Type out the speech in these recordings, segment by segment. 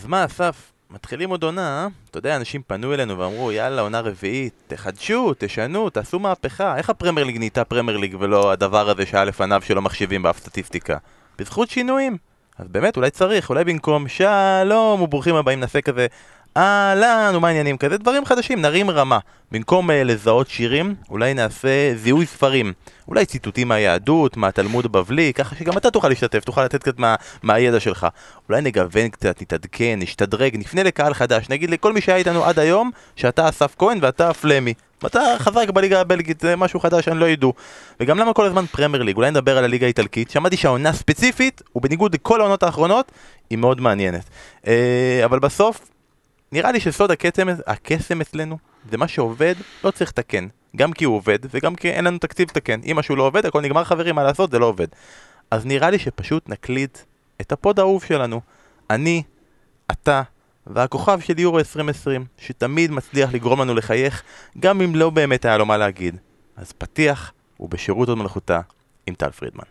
אז מה, אסף? מתחילים עוד עונה, אתה יודע, אנשים פנו אלינו ואמרו, יאללה, עונה רביעית, תחדשו, תשנו, תעשו מהפכה. איך הפרמייר ליג נהייתה פרמייר ליג ולא הדבר הזה שהיה לפניו שלא מחשיבים באף סטטיסטיקה? בזכות שינויים. אז באמת, אולי צריך, אולי במקום שלום וברוכים הבאים נעשה כזה אהלן ומה העניינים כזה, דברים חדשים, נרים רמה. במקום לזהות שירים, אולי נעשה זיהוי ספרים. אולי ציטוטים מהיהדות, מהתלמוד הבבלי, ככה שגם אתה תוכל להשתתף, תוכל לתת קצת מהידע שלך. אולי נגוון קצת, נתעדכן, נשתדרג, נפנה לקהל חדש, נגיד לכל מי שהיה איתנו עד היום, שאתה אסף כהן ואתה פלמי. ואתה חזק בליגה הבלגית, זה משהו חדש, אני לא ידעו. וגם למה כל הזמן פרמייר ליג? אולי נדבר על הליגה האיטלקית. שמעתי שהעונה ספציפית, ובניגוד לכל העונות האחרונות, היא מאוד מעניינת. אבל בסוף, נראה לי שסוד הקסם אצלנו, זה מה שעובד, לא צריך לתקן. גם כי הוא עובד, וגם כי אין לנו תקציב לתקן. אם משהו לא עובד, הכל נגמר חברים, מה לעשות, זה לא עובד. אז נראה לי שפשוט נקליט את הפוד האהוב שלנו. אני, אתה, והכוכב של יורו 2020, שתמיד מצליח לגרום לנו לחייך, גם אם לא באמת היה לו מה להגיד. אז פתיח, ובשירות עוד מלאכותה, עם טל פרידמן.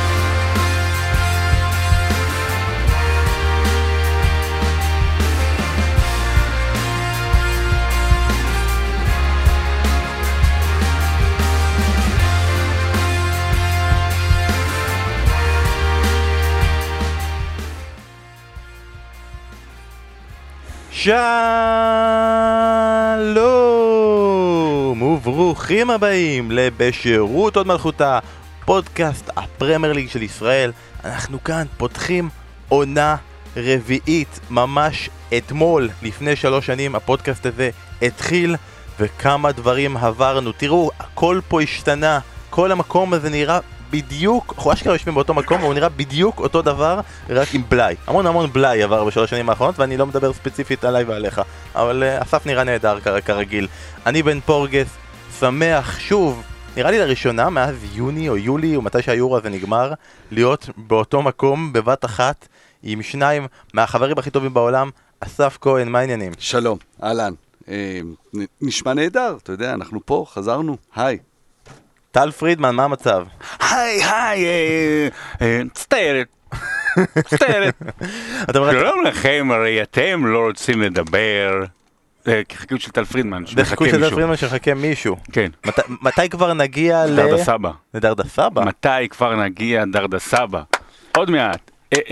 שלום וברוכים הבאים לבשירות עוד מלכותה, פודקאסט הפרמייר ליג של ישראל. אנחנו כאן פותחים עונה רביעית, ממש אתמול לפני 3 שנים הפודקאסט הזה התחיל וכמה דברים עברנו. תראו, הכל פה השתנה, כל המקום הזה נראה בדיוק, אנחנו אשכרה יושבים באותו מקום והוא נראה בדיוק אותו דבר, רק עם בלי. המון בלי עבר ב3 שנים האחרונות, ואני לא מדבר ספציפית עליי ועליך, אבל אסף נראה נהדר כרגיל. אני בן פורגס, שמח שוב, נראה לי לראשונה מאז יוני או יולי או מתי שהיורו הזה נגמר, להיות באותו מקום בבת אחת עם 2 מהחברים הכי טובים בעולם. אסף כהן, מה העניינים? שלום, אהלן. נשמע נהדר, אתה יודע, אנחנו פה, חזרנו, היי. טל פרידמן, מה המצב? היי, מצטערת. שלום לכם, הרי אתם לא רוצים לדבר. כחיקות של טל פרידמן, זה חיקות של טל פרידמן שחכה מישהו. כן. מתי כבר נגיע דרדה סבא. לדרדה סבא? מתי כבר נגיע דרדה סבא? עוד מעט.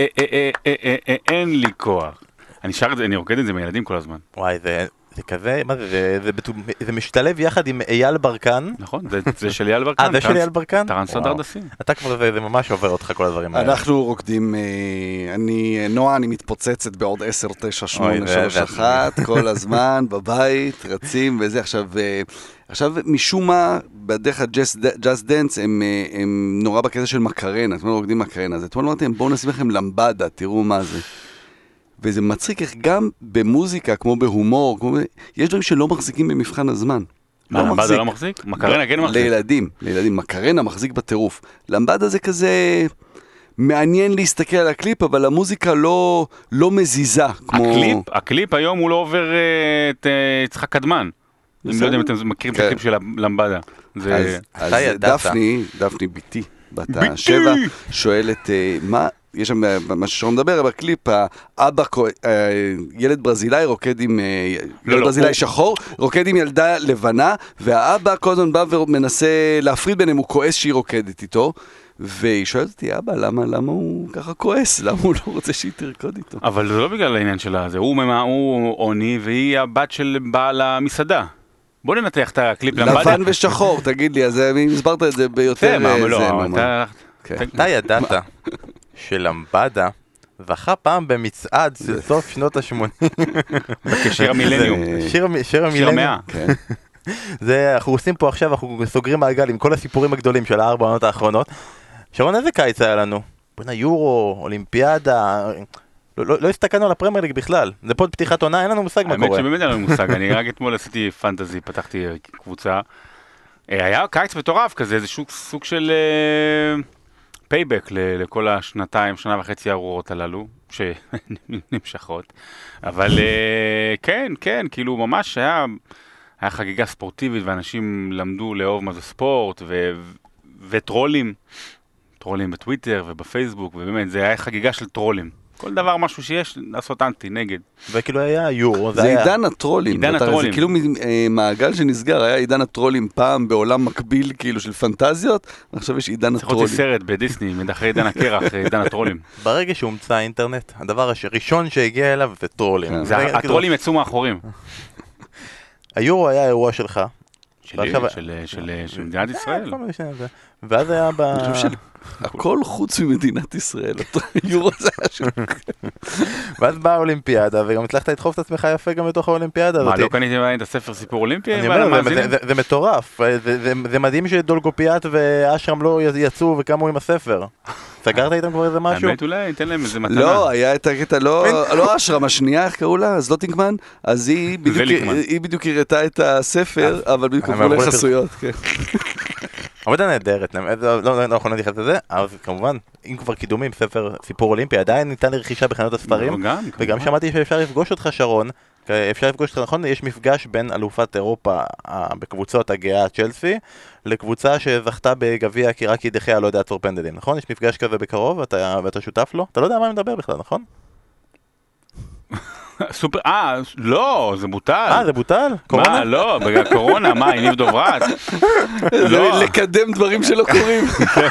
אין לי כוח. אני רוקד את זה מילדים כל הזמן. וואי, זה כזה, מה זה? זה משתלב יחד עם אייל ברקן. נכון, זה של אייל ברקן. זה של אייל ברקן? טרנסה דרדסים. אתה כבר, זה ממש עובר אותך כל הדברים האלה. אנחנו רוקדים, נועה, אני מתפוצצת בעוד 10, 9, 8, 3, 1, כל הזמן, בבית, רצים וזה. עכשיו, משום מה, בדרך הג'אסט דנס, הם נורא בקטע של מקרנה, אתמול רוקדים מקרנה. אז אתמול אמרתי, בואו נשים לכם למבדה, תראו מה זה. וזה מצחיק איך גם במוזיקה, כמו בהומור, יש דברים שלא מחזיקים במבחן הזמן. מה, למבדה לא מחזיק? מקרנה כן מחזיק? לילדים, מקרנה מחזיק בטירוף. למבדה זה כזה מעניין להסתכל על הקליפ, אבל המוזיקה לא מזיזה. הקליפ היום הוא לא עובר את יצחק קדמן. אני לא יודע אם אתם מכירים את הקליפ של למבדה. אז דפני ביתי, בת 7, שואלת מה... יש שם מה ששרום מדבר, בקליפ, האבא, ילד ברזילאי רוקד עם, ילד ברזילאי שחור, רוקד עם ילדה לבנה, והאבא כל הזמן בא ומנסה להפריד ביניהם, הוא כועס שהיא רוקדת איתו, והיא שואלת אותי, אבא, למה הוא ככה כועס? למה הוא לא רוצה שהיא תרקוד איתו? אבל זה לא בגלל העניין שלה, הוא עוני, והיא הבת של בעל המסעדה. בוא ננתח את הקליפ למבדה. לבן ושחור, תגיד לי, אז הסברת את זה ביותר... אתה ידעת שלמבדה זכה פעם במצעד של סוף שנות ה-80. כשיר המילניום. שיר המאה. אנחנו עושים פה עכשיו, אנחנו סוגרים מעגל עם כל הסיפורים הגדולים של 4 העונות האחרונות. שרון, איזה קיץ היה לנו? בין היורו, אולימפיאדה, לא הסתכלנו על הפרמייר ליג בכלל. זה פה פתיחת עונה, אין לנו מושג מה קורה. האמת שבאמת אין לנו מושג, אני רק אתמול עשיתי פנטזי, פתחתי קבוצה. היה קיץ מטורף כזה, איזה סוג של... פייבק לכל 2.5 שנה הארורות הללו, שנמשכות. אבל כן, כאילו ממש היה חגיגה ספורטיבית, ואנשים למדו לאהוב מה זה ספורט, וטרולים בטוויטר ובפייסבוק, ובאמת, זה היה חגיגה של טרולים. כל דבר משהו שיש, לעשות אנטי, נגד. וכאילו היה יורו, זה עידן הטרולים. עידן הטרולים. זה כאילו מעגל שנסגר, היה עידן הטרולים פעם בעולם מקביל כאילו של פנטזיות, ועכשיו יש עידן צריך הטרולים. אותי סרט בדיסני, אחרי עידן הקרח, עידן הטרולים. ברגע שהומצא האינטרנט, הדבר הראשון שהגיע אליו זה טרולים. הטרולים יצאו מאחורים. היורו היה האירוע שלך. של מדינת ישראל. ואז היה אני חושב הכל חוץ ממדינת ישראל, היורו זה היה שלך. ואז באה האולימפיאדה, וגם הצלחת לדחוף את עצמך יפה גם בתוך האולימפיאדה הזאת. מה, לא קניתי את הספר סיפור אולימפי? אני אומר, זה מטורף. זה מדהים שדולגופיאט ואשרם לא יצאו וקמו עם הספר. סגרת איתם כבר איזה משהו? האמת אולי ניתן להם איזה מתנה. לא, היה את הקטע, לא אשרם, השנייה, איך קראו לה? זלוטינגמן? אז היא בדיוק הראתה את הספר, אבל בדיוק עברו לחסויות. עבודה נהדרת, לא יכולנו להתייחס לזה, אבל כמובן, אם כבר קידומים, סיפור אולימפי, עדיין ניתן לרכישה בחנויות הספרים, וגם שמעתי שאפשר לפגוש אותך, שרון, אפשר לפגוש אותך, נכון? יש מפגש בין אלופת אירופה בקבוצות הגאה צ'לסי, לקבוצה שזכתה בגביע קיראקי דחיה, לא יודע, עצור פנדלים, נכון? יש מפגש כזה בקרוב, ואתה שותף לו? אתה לא יודע מה אני מדבר בכלל, נכון? סופר, לא, זה בוטל. זה בוטל? קורונה? מה, לא, בגלל קורונה, מה, הניב דוברת? לקדם דברים שלא קורים.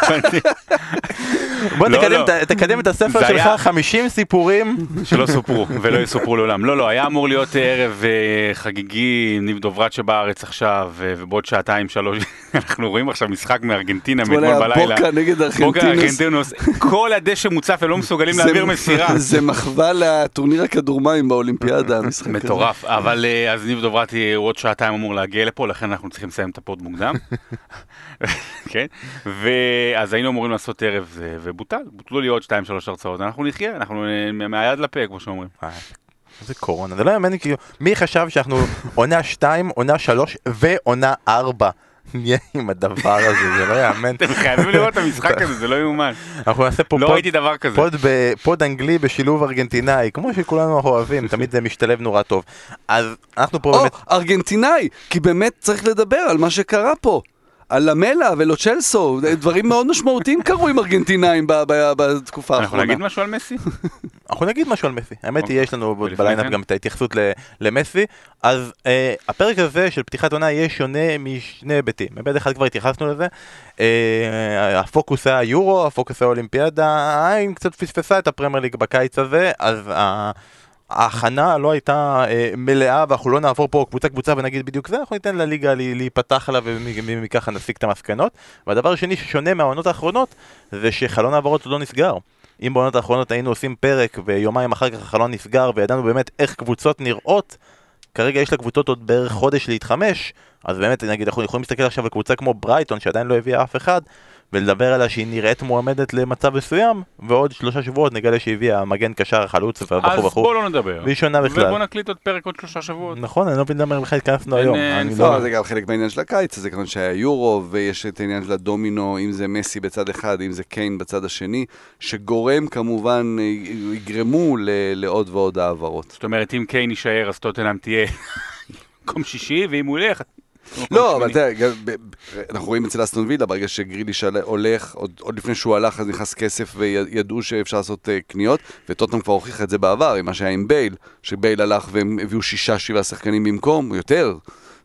בוא תקדם את הספר שלך, 50 סיפורים שלא סופרו ולא יסופרו לעולם. לא, היה אמור להיות ערב חגיגי, ניב דוברת שבארץ עכשיו, ובעוד שעתיים, 3, אנחנו רואים עכשיו משחק מארגנטינה מאתמול בלילה. בוקה נגד ארגנטינוס. כל הדשא מוצף ולא מסוגלים להעביר מסירה. זה מחווה לטורניר הכדורמים באולימפיאדה, המשחק הזה. מטורף, אבל אז ניב דוברת הוא עוד שעתיים אמור להגיע לפה, לכן אנחנו צריכים לסיים את הפוד מוקדם. כן? ואז היינו אמורים לעשות ערב זה, בוטלו לי עוד 2-3 הרצאות, אנחנו נחיה, אנחנו מהיד לפה, כמו שאומרים. זה קורונה, זה לא יאמן, כאילו, מי חשב שאנחנו עונה 2, עונה 3 ועונה 4 נהיה עם הדבר הזה, זה לא יאמן. אתם חייבים לראות את המשחק הזה, זה לא יאומן. אנחנו נעשה פה לא ראיתי דבר כזה. פוד אנגלי בשילוב ארגנטינאי, כמו שכולנו אוהבים, תמיד זה משתלב נורא טוב. אז אנחנו פה באמת... ארגנטינאי, כי באמת צריך לדבר על מה שקרה פה. על למלה ולו צ'לסו, דברים מאוד משמעותיים קרו עם ארגנטינאים בתקופה האחרונה. אנחנו נגיד משהו על מסי? אנחנו נגיד משהו על מסי. האמת היא, יש לנו בליינאפ גם את ההתייחסות למסי. אז הפרק הזה של פתיחת עונה יהיה שונה משני היבטים. היבט אחד כבר התייחסנו לזה. הפוקוס היה יורו, הפוקוס היה אולימפיאדה. העין קצת פספסה את הפרמייר ליג בקיץ הזה, אז ההכנה לא הייתה מלאה, ואנחנו לא נעבור פה קבוצה ונגיד בדיוק זה, אנחנו ניתן לליגה להיפתח לה ומככה נסיק את המסקנות. והדבר השני ששונה מהעונות האחרונות, זה שחלון העברות לא נסגר. אם בעונות האחרונות היינו עושים פרק ויומיים אחר כך החלון נסגר וידענו באמת איך קבוצות נראות, כרגע יש לקבוצות עוד בערך חודש להתחמש, אז באמת נגיד אנחנו יכולים להסתכל עכשיו על קבוצה כמו ברייטון שעדיין לא הביאה אף אחד, ולדבר עליה שהיא נראית מועמדת למצב מסוים, ועוד 3 שבועות נגלה שהביאה מגן קשר, חלוץ ובחור. אז בוא לא נדבר. והיא שונה בכלל. ובוא נקליט עוד פרק עוד 3 שבועות. נכון, אני לא מבין למה בכלל התכנסנו היום. זה גם חלק מהעניין של הקיץ, זה כמובן שהיה יורו, ויש את העניין של הדומינו, אם זה מסי בצד אחד, אם זה קיין בצד השני, שגורם כמובן, יגרמו לעוד ועוד העברות. זאת אומרת, אם קיין יישאר, אז טוטנהאם תהיה מקום שישי, ואם הוא ילך... לא, אבל תראה, אנחנו רואים אצל אסטון וילה, ברגע שגריליש הולך, עוד לפני שהוא הלך, אז נכנס כסף וידעו שאפשר לעשות קניות, וטוטנהאם כבר הוכיח את זה בעבר, עם מה שהיה עם בייל, שבייל הלך והם הביאו 6-7 שחקנים במקום, יותר,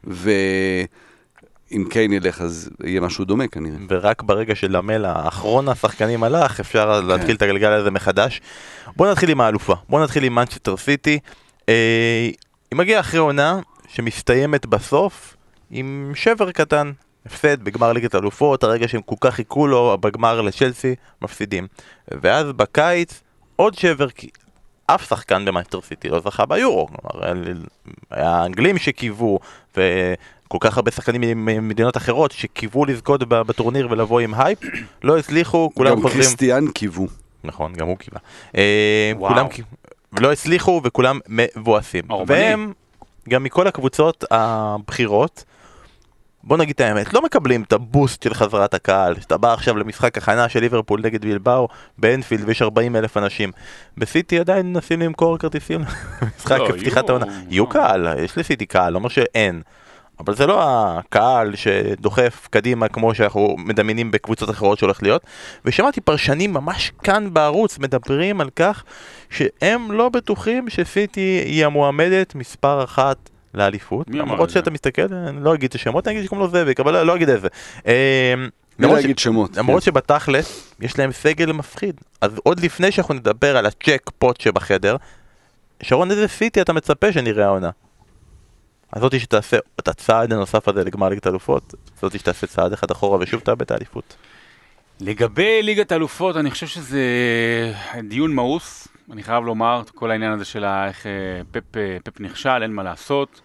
ואם קיין ילך, אז יהיה משהו דומה כנראה. ורק ברגע שלמלה, האחרון השחקנים הלך, אפשר להתחיל את הגלגל הזה מחדש. בואו נתחיל עם האלופה, בואו נתחיל עם מנצ'סטר סיטי. היא מגיעה אחרי עונה שמסתיימת בסוף, עם שבר קטן, הפסד בגמר ליגת אלופות, הרגע שהם כל כך חיכו לו בגמר לצ'לסי, מפסידים. ואז בקיץ עוד שבר, כי אף שחקן במנצ'סטר סיטי לא זכה ביורו. כלומר, היה אנגלים שקיוו, וכל כך הרבה שחקנים ממדינות אחרות שקיוו לזכות בטורניר ולבוא עם הייפ, לא הצליחו, כולם חוזרים... גם קריסטיאן קיוו. נכון, גם הוא קיווה. כולם לא הצליחו וכולם מבואסים. והם... גם מכל הקבוצות הבחירות, בוא נגיד את האמת, לא מקבלים את הבוסט של חזרת הקהל, שאתה בא עכשיו למשחק הכנה של ליברפול נגד בילבאו, באנפילד ויש 40,000 אנשים. בסיטי עדיין מנסים למכור כרטיסים, משחק פתיחת העונה. יהיו קהל, יש לסיטי קהל, לא אומר שאין, אבל זה לא הקהל שדוחף קדימה כמו שאנחנו מדמיינים בקבוצות אחרות שהולך להיות. ושמעתי פרשנים ממש כאן בערוץ מדברים על כך שהם לא בטוחים שסיטי היא המועמדת מספר אחת לאליפות. למרות שאתה מסתכל, אני לא אגיד את השמות, אני אגיד שקוראים לו זאביק, אבל לא אגיד איזה. למרות שבתכלס יש להם סגל מפחיד. אז עוד לפני שאנחנו נדבר על הצ'ק פוט שבחדר, שרון, איזה סיטי אתה מצפה שנראה העונה? אז זאתי שתעשה את הצעד הנוסף הזה לגמר ליגת האלופות, זאתי שתעשה צעד אחד אחורה ושוב תאבד את האליפות. לגבי ליגת האלופות, אני חושב שזה דיון מאוס. אני חייב לומר, כל העניין הזה של איך פפ נכשל, אין מה לעשות.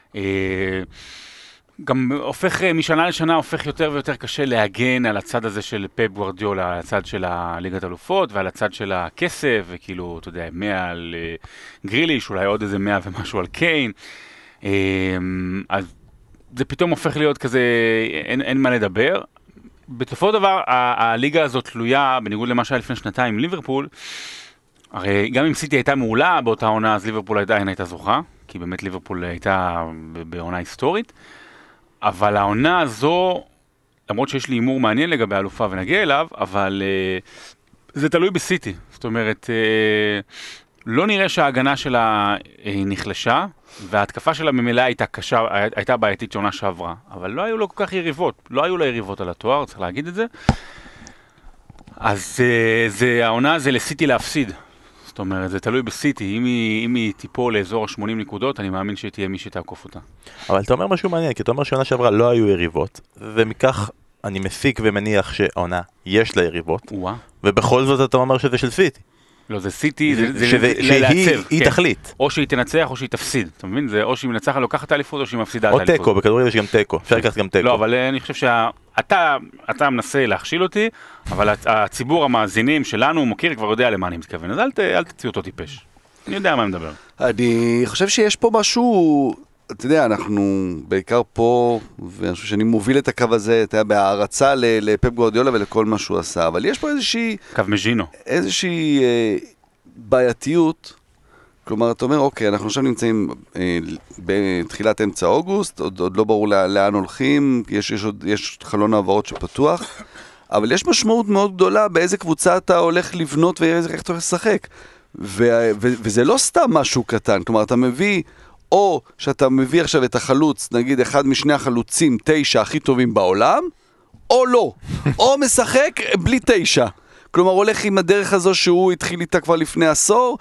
גם הופך, משנה לשנה הופך יותר ויותר קשה להגן על הצד הזה של פפ גוארדיולה, על הצד של הליגת האלופות ועל הצד של הכסף, וכאילו, אתה יודע, 100 על גריליש, אולי עוד איזה 100 ומשהו על קיין. אז זה פתאום הופך להיות כזה, אין מה לדבר. בסופו של דבר, הליגה הזאת תלויה, בניגוד למה שהיה לפני שנתיים עם ליברפול, הרי גם אם סיטי הייתה מעולה באותה עונה, אז ליברפול עדיין הייתה זוכה, כי באמת ליברפול הייתה בעונה היסטורית, אבל העונה הזו, למרות שיש לי אימור מעניין לגבי האלופה ונגיע אליו, אבל זה תלוי בסיטי. זאת אומרת, לא נראה שההגנה שלה נחלשה, וההתקפה שלה ממילא הייתה קשה, הייתה בעייתית שעונה שעברה, אבל לא היו לו כל כך יריבות, לא היו לה יריבות על התואר, צריך להגיד את זה. אז העונה זה לסיטי להפסיד. זאת אומרת, זה תלוי בסיטי, אם היא תיפול לאזור 80 נקודות, אני מאמין שתהיה מי שתעקוף אותה. אבל אתה אומר משהו מעניין, כי אתה אומר שעונה שעברה לא היו יריבות, ומכך אני מסיק ומניח שהעונה יש לה יריבות, ובכל זאת אתה אומר שזה של סיטי. לא, זה סיטי, זה לעצב. שהיא תחליט. או שהיא תנצח או שהיא תפסיד, אתה מבין? זה או שהיא מנצחת לוקחת את האליפות או שהיא מפסידה את האליפות. או תיקו, בכדורגל יש גם תיקו, אפשר לקחת גם תיקו. לא, אבל אני חושב שאתה מנסה להכשיל אותי, אבל הציבור המאזינים שלנו מכיר כבר יודע למה אני מתכוון, אז אל תציע אותו טיפש. אני יודע מה אני מדבר. אני חושב שיש פה משהו, אתה יודע, אנחנו בעיקר פה, ואני חושב שאני מוביל את הקו הזה, אתה יודע, בהערצה לפפ גוארדיולה ולכל מה שהוא עשה, אבל יש פה איזושהי... קו מז'ינו. איזושהי בעייתיות, כלומר, אתה אומר, אוקיי, אנחנו עכשיו נמצאים בתחילת אמצע אוגוסט, עוד לא ברור לאן הולכים, יש חלון העברות שפתוח, אבל יש משמעות מאוד גדולה באיזה קבוצה אתה הולך לבנות ואיך אתה הולך לשחק. וזה לא סתם משהו קטן, כלומר, אתה מביא... או שאתה מביא עכשיו את החלוץ, נגיד אחד משני החלוצים 9 הכי טובים בעולם, או לא, או משחק בלי 9. כלומר, הולך עם הדרך הזו שהוא התחיל איתה כבר לפני עשור,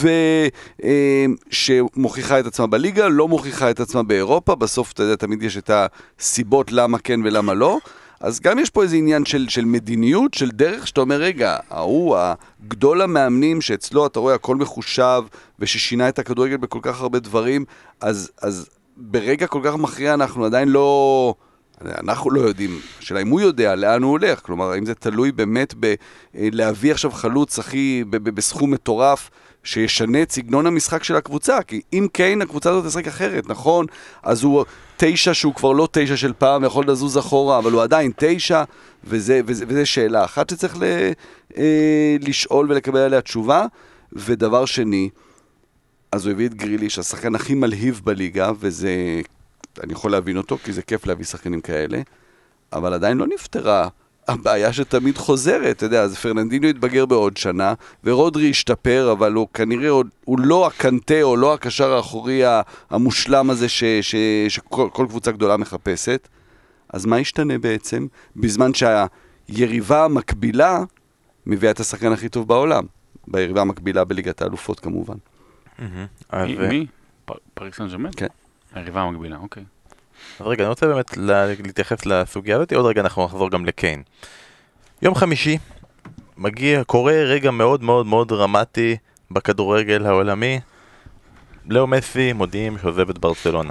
ושמוכיחה את עצמה בליגה, לא מוכיחה את עצמה באירופה, בסוף אתה יודע, תמיד יש את הסיבות למה כן ולמה לא, אז גם יש פה איזה עניין של מדיניות, של דרך, שאתה אומר, רגע, הגדול המאמנים שאצלו אתה רואה הכל מחושב, וששינה את הכדורגל בכל כך הרבה דברים, אז ברגע כל כך מכריע אנחנו עדיין לא... אנחנו לא יודעים, השאלה אם הוא יודע לאן הוא הולך, כלומר, האם זה תלוי באמת להביא עכשיו חלוץ הכי בסכום מטורף, שישנה את סגנון המשחק של הקבוצה, כי אם כן, הקבוצה הזאת תשחק אחרת, נכון? אז הוא 9 שהוא כבר לא 9 של פעם, יכול לזוז אחורה, אבל הוא עדיין 9, וזה שאלה אחת שצריך לשאול ולקבל עליה תשובה, ודבר שני, אז הוא הביא את גריליש, השחקן הכי מלהיב בליגה, וזה, אני יכול להבין אותו, כי זה כיף להביא שחקנים כאלה, אבל עדיין לא נפתרה הבעיה שתמיד חוזרת, אתה יודע, אז פרננדיניו יתבגר בעוד שנה, ורודרי ישתפר, אבל הוא כנראה, הוא לא הקנטה או לא הקשר האחורי המושלם הזה שכל קבוצה גדולה מחפשת. אז מה ישתנה בעצם? בזמן שהיריבה המקבילה מביאה את השחקן הכי טוב בעולם, ביריבה המקבילה בליגת האלופות כמובן. מי? פריס סן ז'רמן? כן. היריבה המקבילה, אוקיי. אז רגע, אני רוצה באמת להתייחס לסוגיה הזאת, עוד רגע אנחנו נחזור גם לקיין. יום חמישי, קורה רגע מאוד מאוד מאוד דרמטי בכדורגל העולמי. לאו מסי מודיעים שעוזב את ברצלונה.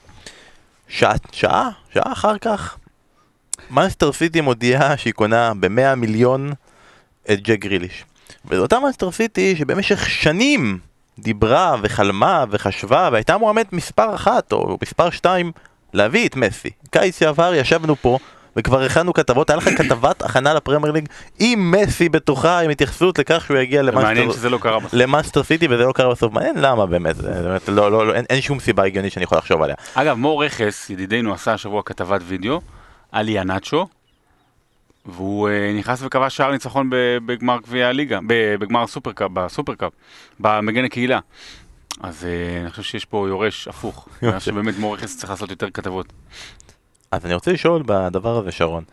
שעה אחר כך, מנצ'סטר סיטי מודיעה שהיא קונה ב100 מיליון את ג'ק גריליש. וזו אותה מנצ'סטר סיטי שבמשך שנים דיברה וחלמה וחשבה והייתה מועמדת מספר 1 או מספר 2 להביא את מסי. קיץ שעבר ישבנו פה וכבר הכנו כתבות, היה לך כתבת הכנה לפרמייר ליג עם מסי בתוכה, עם התייחסות לכך שהוא יגיע למאנסטר סיטי, וזה לא קרה בסוף. מעניין למה באמת, אין שום סיבה הגיונית שאני יכול לחשוב עליה. אגב, מור רכס, ידידנו, עשה השבוע כתבת וידאו על יאנצ'ו, והוא נכנס וקבע שער ניצחון בגמר גביע הליגה, בגמר בסופרקאפ, במגן הקהילה. אז אני חושב שיש פה יורש הפוך, שבאמת מור רכס צריך לעשות יותר כתבות. אז אני רוצה לשאול בדבר הזה, שרון.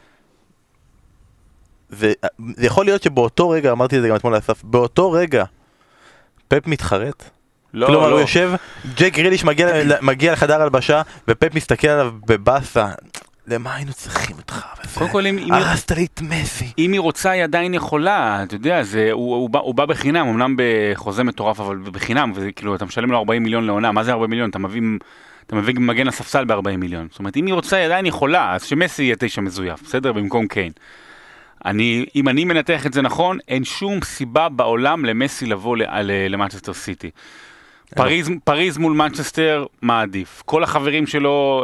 זה יכול להיות שבאותו רגע, אמרתי את זה גם אתמול לאסף, באותו רגע פפ מתחרט? לא, כלומר, לא. הוא יושב, ג'ק גריליש מגיע לחדר הלבשה, ופפ מסתכל עליו בבאסה. למה היינו צריכים אותך? קודם כל, הרסת לי את מסי. אם היא רוצה, היא עדיין יכולה, אתה יודע, הוא בא בחינם, אמנם בחוזה מטורף, אבל בחינם, וכאילו, אתה משלם לו 40 מיליון לעונה, מה זה 40 מיליון? אתה מביא מגן לספסל ב-40 מיליון. זאת אומרת, אם היא רוצה, היא עדיין יכולה, אז שמסי יהיה 9 מזויף, בסדר? במקום קיין. אם אני מנתח את זה נכון, אין שום סיבה בעולם למסי לבוא למנצ'סטר סיטי. פריז מול מנצ'סטר, מה עדיף? כל החברים שלו,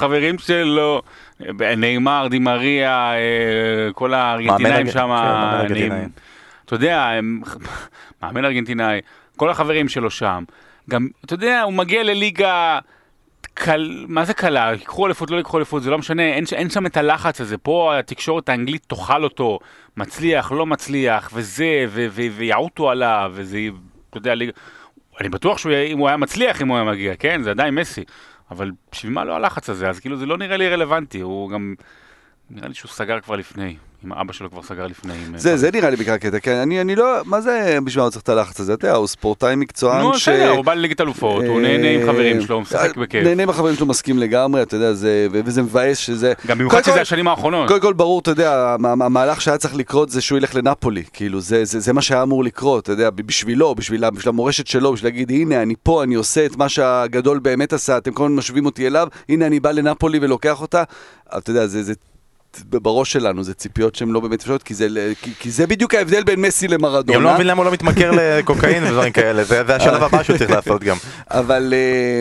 ניימר, די מריה, כל הארגנטינאים שם, אתה יודע, מאמן ארגנטינאי, כל החברים שלו שם. גם, אתה יודע, הוא מגיע לליגה, מה זה קלה? יקחו אליפות, לא יקחו אליפות, זה לא משנה, אין שם את הלחץ הזה. פה התקשורת האנגלית תאכל אותו, מצליח, לא מצליח, וזה, ויעוטו עליו, וזה, אתה יודע, אני בטוח אם הוא היה מצליח, אם הוא היה מגיע, כן? זה עדיין מסי. אבל בשביל מה לא הלחץ הזה? אז כאילו זה לא נראה לי רלוונטי. הוא גם, נראה לי שהוא סגר כבר לפני. עם אבא שלו כבר סגר לפני. זה נראה לי בקרה קטע, כן? אני לא, מה זה בשביל מה הוא צריך את הלחץ הזה? אתה יודע, הוא ספורטאי מקצוען נו, בסדר, הוא בא לליגת אלופות, הוא נהנה עם חברים שלו, הוא משחק בכיף. נהנה עם החברים שלו, מסכים לגמרי, אתה יודע, וזה מבאס שזה... גם במיוחד שזה השנים האחרונות. קודם כל ברור, אתה יודע, המהלך שהיה צריך לקרות זה שהוא ילך לנפולי, כאילו, זה מה שהיה אמור לקרות, אתה יודע, בשבילו, בשביל המורשת שלו, בשביל להגיד, הנה, אני פה, אני עושה את מה שהגדול באמת עשה, אתם כל הזמן משווים אותי אליו, הנה, אני בא לנפולי ולוקח אותה. אתה יודע, זה בראש שלנו, זה ציפיות שהן לא באמת אפשרות, כי זה בדיוק ההבדל בין מסי למרדונה. גם לא מבין למה הוא לא מתמכר לקוקאין ודברים כאלה, זה השלב הבא שהוא צריך לעשות גם. אבל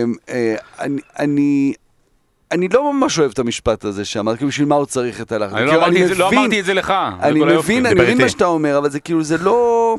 אני לא ממש אוהב את המשפט הזה שאמרת, כאילו בשביל מה הוא צריך את הלחץ. לא אמרתי את זה לך. אני מבין מה שאתה אומר, אבל זה כאילו, זה לא...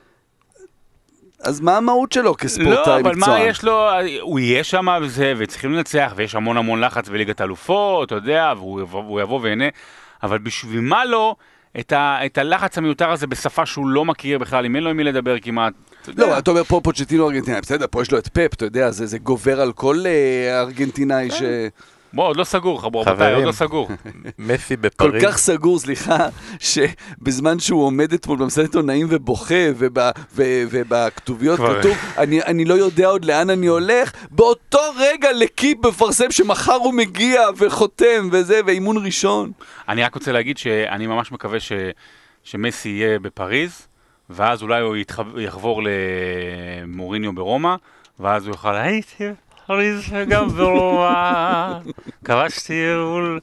אז מה המהות שלו כספורטאי מקצוען? לא, אבל מה יש לו, הוא יהיה שם וזה, וצריכים לנצח, ויש המון לחץ בליגת אלופות, אתה יודע, והוא יבוא ויהנה, אבל בשביל מה לו את הלחץ המיותר הזה בשפה שהוא לא מכיר בכלל, אם אין לו עם מי לדבר כמעט. לא, אתה אומר פה פוצ'טינו ארגנטינאי, בסדר, פה יש לו את פפ, אתה יודע, זה גובר על כל ארגנטינאי ש... בוא, עוד לא סגור, רבותיי, עוד לא סגור. מסי בפריז. כל כך סגור, סליחה, שבזמן שהוא עומד אתמול במסיבת עיתונאים ובוכה, ובכתוביות כתוב, אני לא יודע עוד לאן אני הולך, באותו רגע לקיפ מפרסם שמחר הוא מגיע וחותם וזה, ואימון ראשון. אני רק רוצה להגיד שאני ממש מקווה שמסי יהיה בפריז, ואז אולי הוא יחבור למוריניו ברומא, ואז הוא יוכל הייתי... פריז גם ברומא, כבשתי מול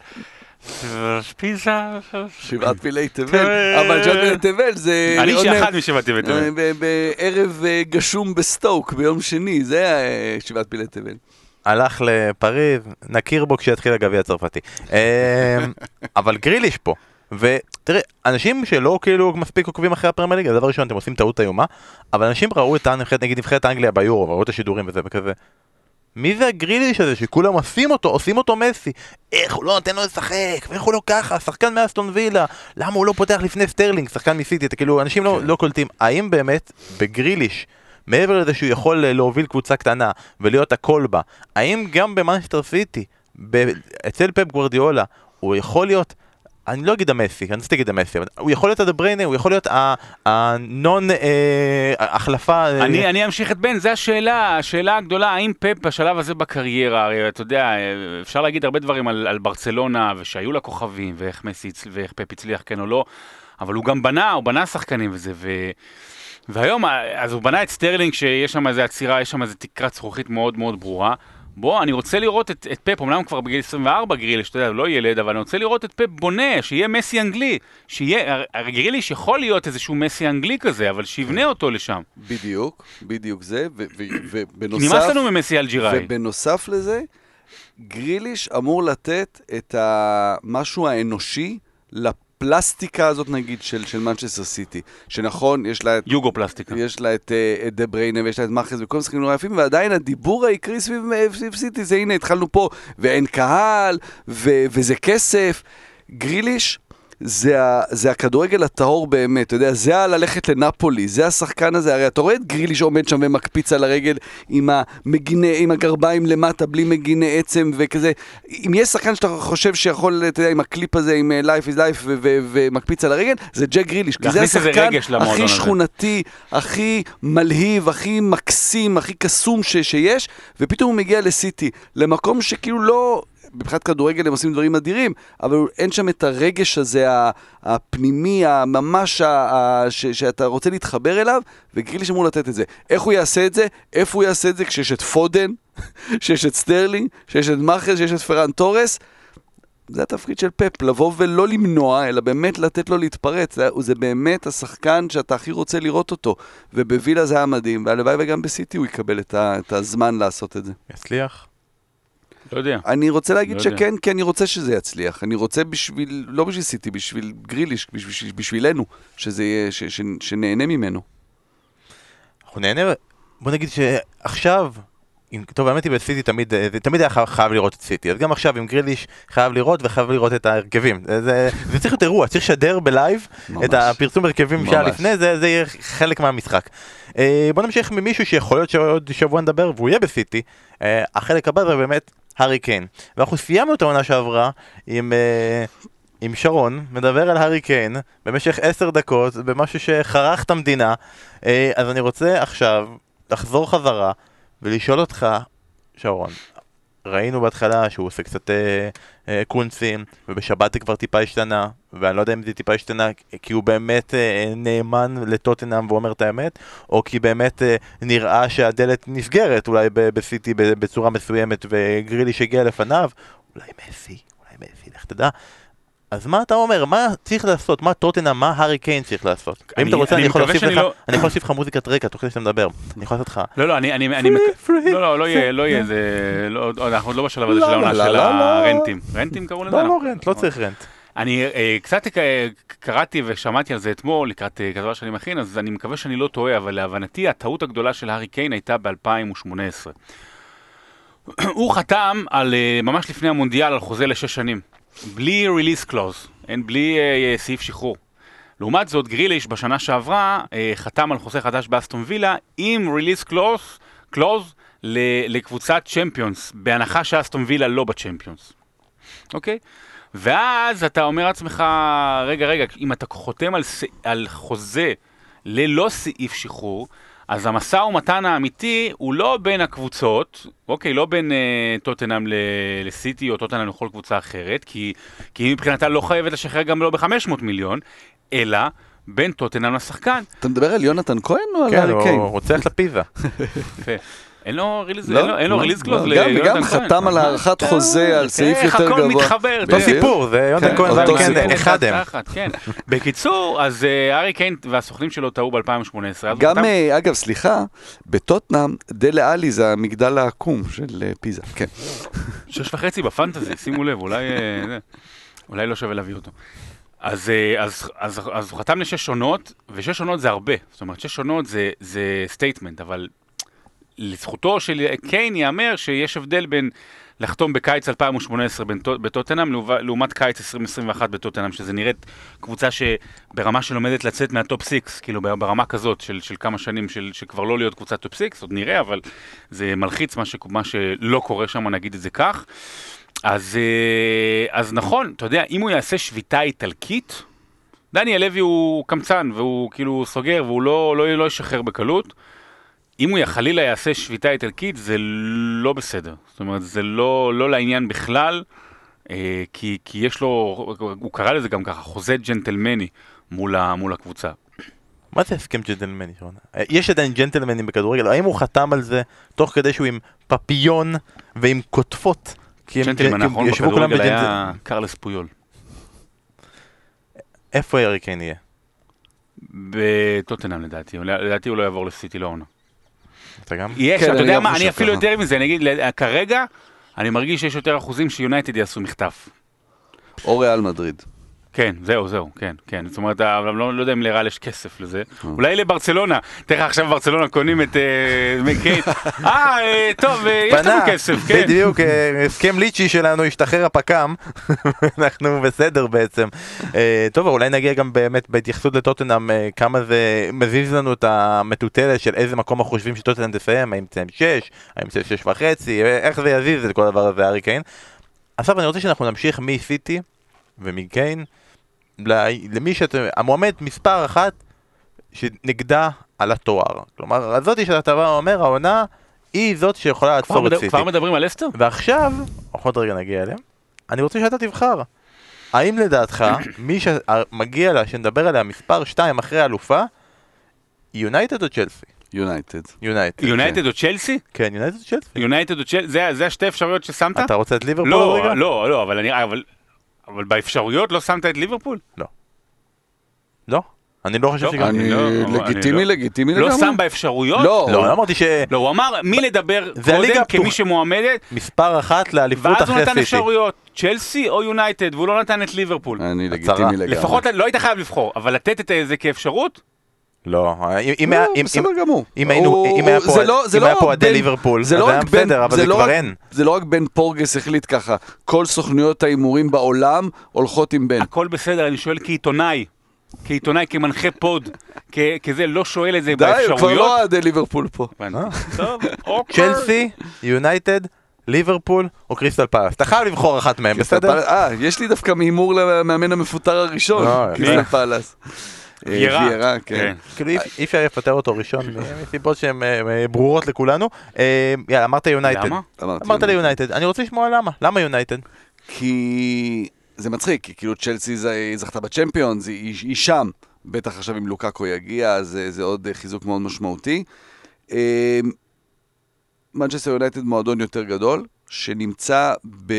פיזה. שבעת פילי תבל, אבל שבעת פילי תבל זה... אני שאחד משבעת פילי תבל. בערב גשום בסטוק ביום שני, זה שבעת פילי תבל. הלך לפריז, נכיר בו כשיתחיל הגביע הצרפתי. אבל גריליש פה. ותראה, אנשים שלא כאילו מספיק עוקבים אחרי הפרמייר ליג, הדבר ראשון, אתם עושים טעות איומה, אבל אנשים ראו את נבחרת אנגליה ביורו, ראו את השידורים וזה וכזה. מי זה הגריליש הזה שכולם עושים אותו מסי? איך הוא לא נותן לו לשחק? ואיך הוא לא ככה? שחקן מאסטון וילה, למה הוא לא פותח לפני סטרלינג? שחקן מסיטי, כאילו אנשים לא קולטים. האם באמת בגריליש, מעבר לזה שהוא יכול להוביל קבוצה קטנה ולהיות הכל בה, האם גם במנצ'סטר סיטי, אצל פפ גוארדיולה, הוא יכול להיות, אני לא אגיד המסי, אני רוצה להגיד המסי, הוא יכול להיות הדבריינה, הוא יכול להיות הנון החלפה. אני אמשיך את בן, זו השאלה הגדולה, האם פפ בשלב הזה בקריירה, הרי אתה יודע, אפשר להגיד הרבה דברים על ברצלונה, ושהיו לה כוכבים, ואיך פפ הצליח כן או לא, אבל הוא גם בנה שחקנים וזה, והיום, אז הוא בנה את סטרלינג, שיש שם איזו עצירה, יש שם איזו תקרת זכוכית מאוד מאוד ברורה. בוא, אני רוצה לראות את פפ, אמנם כבר בגיל 24 גריליש, אתה יודע, לא ילד, אבל אני רוצה לראות את פפ בונה, שיהיה מסי אנגלי, גריליש יכול להיות איזשהו מסי אנגלי כזה, אבל שיבנה אותו לשם. בדיוק זה, ובנוסף... נמאס לנו ממסי אלג'יראי. ובנוסף לזה, גריליש אמור לתת את המשהו האנושי לפלסטיקה הזאת נגיד של מנצ'סטר סיטי, שנכון, יש לה את יוגו פלסטיקה. יש לה את דה בריינה ויש לה את מאחז וכל משחקים נורא יפים, ועדיין הדיבור העיקרי סביב סיטי זה הנה התחלנו פה ואין קהל וזה כסף. גריליש זה הכדורגל הטהור באמת, אתה יודע, זה ללכת לנפולי, זה השחקן הזה, הרי אתה רואה את גריליש עומד שם ומקפיץ על הרגל עם הגרביים למטה, בלי מגיני עצם וכזה, אם יש שחקן שאתה חושב שיכול, אתה יודע, עם הקליפ הזה, עם Life is Life ומקפיץ על הרגל, זה ג'ק גריליש, כי זה השחקן הכי שכונתי, הכי מלהיב, הכי מקסים, הכי קסום שיש, ופתאום הוא מגיע לסיטי, למקום שכאילו לא... מבחינת כדורגל הם עושים דברים אדירים, אבל אין שם את הרגש הזה, הפנימי, ממש שאתה רוצה להתחבר אליו, וגריליש אמור לתת את זה. איך הוא יעשה את זה? איפה הוא יעשה את זה? כשיש את פודן, שיש את סטרלינג, שיש את מאחז, שיש את פרן טורס. זה התפקיד של פפ, לבוא ולא למנוע, אלא באמת לתת לו להתפרץ. זה באמת השחקן שאתה הכי רוצה לראות אותו. ובווילה זה היה מדהים, והלוואי וגם בסיטי הוא יקבל את הזמן לעשות את זה. יצליח? לא יודע. אני רוצה להגיד שכן, כי אני רוצה שזה יצליח. אני רוצה בשביל, לא בשביל סיטי, בשביל גריליש, בשבילנו, שזה יהיה, שנהנה ממנו. אנחנו נהנה, בוא נגיד שעכשיו, טוב, האמת היא בסיטי תמיד היה חייב לראות את סיטי, אז גם עכשיו עם גריליש חייב לראות וחייב לראות את ההרכבים. זה צריך להיות אירוע, צריך לשדר בלייב את הפרסום הרכבים שעה לפני, זה יהיה חלק מהמשחק. בוא נמשיך ממישהו שיכול להיות שעוד שבוע נדבר, והוא יהיה בסיטי. החלק הבא זה באמת הארי קיין. ואנחנו סיימנו את העונה שעברה עם שרון, מדבר על הארי קיין במשך 10 דקות, במשהו שחרח את המדינה. אז אני רוצה עכשיו לחזור חזרה ולשאול אותך, שרון, ראינו בהתחלה שהוא עושה קצת קונצים, ובשבת זה כבר טיפה השתנה, ואני לא יודע אם זה טיפה השתנה כי הוא באמת נאמן לטוטנהאם ואומר את האמת, או כי באמת נראה שהדלת נסגרת אולי בסיטי בצורה מסוימת, וגריליש הגיע לפניו, אולי מסי, לך תדע. אז מה אתה אומר? מה צריך לעשות? מה טוטנהאם, מה הארי קיין צריך לעשות? אם אתה רוצה, אני יכול להוסיף לך מוזיקת רקע, תוך כדי שאתה מדבר. אני יכול לעשות לך. לא יהיה, אנחנו לא בשלב הזה של העונה של הרנטים. רנטים קראו לזה? לא רנט, לא צריך רנט. אני קצת קראתי ושמעתי על זה אתמול, לקראת כתבה שאני מכין, אז אני מקווה שאני לא טועה, אבל להבנתי, הטעות הגדולה של הארי קיין הייתה ב-2018. הוא חתם ממש לפני המונדיאל על חוזה ל6 שנים. בלי release clause, בלי סעיף שחרור. לעומת זאת, גריליש בשנה שעברה חתם על חוזה חדש באסטון וילה עם release clause לקבוצת צ'מפיונס, בהנחה שאסטון וילה לא בצ'מפיונס. אוקיי? ואז אתה אומר לעצמך, רגע, אם אתה חותם על חוזה ללא סעיף שחרור, אז המשא ומתן האמיתי הוא לא בין הקבוצות, אוקיי, לא בין טוטנהאם לסיטי או טוטנהאם לכל קבוצה אחרת, כי מבחינתה לא חייבת לשחרר גם לא ב500 מיליון, אלא בין טוטנהאם לשחקן. אתה מדבר על יונתן כהן או על הארי קיין? כן, הוא רוצה ללכת לפיזה. יפה. אין לו ריליז קלוז גם חתם על הארכת חוזה, על סעיף יותר גבוה. הכל מתחבר. לא סיפור, זה יונתן כהן והארי קיין אחד הם. בקיצור, אז הארי קיין והסוכנים שלו טעו ב-2018. גם, אגב, סליחה, בטוטנהאם דלה אלי זה המגדל העקום של פיזה. 6.5 בפנטזי, שימו לב, אולי לא שווה להביא אותו. אז הוא חתם ל6 עונות, ו6 עונות זה הרבה. זאת אומרת, 6 עונות זה סטייטמנט, אבל לזכותו של קיין יאמר שיש הבדל בין לחתום בקיץ 2018 בטוטנהאם לעומת קיץ 2021 בטוטנהאם, שזה נראית קבוצה שברמה שלומדת לצאת מהטופ 6, כאילו ברמה כזאת של כמה שנים שכבר לא להיות קבוצת טופ 6, עוד נראה, אבל זה מלחיץ מה שלא קורה שם, נגיד את זה כך. אז נכון, אתה יודע, אם הוא יעשה שביתה איטלקית, דניאל לוי הוא קמצן והוא כאילו סוגר והוא לא ישחרר בקלות. אם הוא חלילה יעשה שביתה איטלקית, זה לא בסדר. זאת אומרת, זה לא לעניין בכלל, כי יש לו, הוא קרא לזה גם ככה, חוזה ג'נטלמני מול הקבוצה. מה זה הסכם ג'נטלמני? יש עדיין ג'נטלמנים בכדורגל, האם הוא חתם על זה תוך כדי שהוא עם פפיון ועם כותפות? ג'נטלמן האחרון בכדורגל היה קרלס פויול. איפה הארי קיין יהיה? בטוטנהאם לדעתי הוא לא יעבור לסיטי לעונה. אתה גם? יש, אתה יודע מה, אני אפילו יותר מזה, נגיד, כרגע אני מרגיש שיש יותר אחוזים שיונייטד יעשו מחטף. או ריאל מדריד. כן, זהו, כן. זאת אומרת, אבל לא יודע אם לריאל יש כסף לזה. אולי לברצלונה. תראה, עכשיו ברצלונה קונים את קיין. טוב, יש לנו כסף, כן. בדיוק, הסכם ליצ'י שלנו השתחרר הפקם. אנחנו בסדר בעצם. טוב, אולי נגיע גם באמת בהתייחסות לטוטנהאם, כמה זה מזיז לנו את המטוטלת של איזה מקום אנחנו חושבים שטוטנהאם תסיים, האם תסיים 6, האם תסיים 6.5, איך זה יזיז את כל הדבר הזה, הארי קיין. עכשיו אני רוצה שאנחנו נמשיך מסיטי ומקיין למי המועמד מספר אחת שנגדה על התואר. כלומר, הזאתי שאתה בא ואומר, העונה היא זאת שיכולה לעצור את סיטי. כבר מדברים על אסטר? ועכשיו, עוד רגע נגיע אליהם, אני רוצה שאתה תבחר. האם לדעתך, מי שמגיע לה, שנדבר עליה מספר 2 אחרי אלופה, יונייטד או צ'לסי? יונייטד. יונייטד או צ'לסי? כן, יונייטד או צ'לסי. יונייטד או צ'לסי? זה השתי אפשרויות ששמת? אתה רוצה את ליברפול עוד רגע? לא, אבל באפשרויות לא שמת את ליברפול? לא. אני לא חושב שגם... לגיטימי לא שם באפשרויות? לא אמרתי ש... לא, הוא אמר מי לדבר קודם כמי שמועמדת. מספר אחת לאליפות אחרי סיטי. ואז הוא נתן אפשרויות, צ'לסי או יונייטד, והוא לא נתן את ליברפול. אני לגיטימי לגמרי. לפחות לא היית חייב לבחור, אבל לתת את זה כאפשרות? לא, בסדר גמור. אם היה פה עדי ליברפול, אז היה בסדר, אבל זה כבר אין. זה לא רק בן פורגס החליט ככה, כל סוכנויות ההימורים בעולם הולכות עם בן. הכל בסדר, אני שואל כעיתונאי, כמנחה פוד, כזה לא שואל את זה באפשרויות. די, כבר לא עדי ליברפול פה. טוב, צ'לסי, יונייטד, ליברפול או קריסטל פלאס. אתה חייב לבחור אחת מהם, בסדר? יש לי דווקא מהימור למאמן המפוטר הראשון, קריסטל פלאס. ויירה, כן. כאילו אי אפשר לפטר אותו ראשון, מסיבות שהן ברורות לכולנו. יאללה, אמרת יונייטד. למה? אמרת ליונייטד. אני רוצה לשמוע למה. למה יונייטד? כי זה מצחיק, כי כאילו צ'לסי זכתה בצ'מפיונס, היא שם. בטח עכשיו אם לוקאקו יגיע, אז זה עוד חיזוק מאוד משמעותי. מנצ'סטר יונייטד מועדון יותר גדול, שנמצא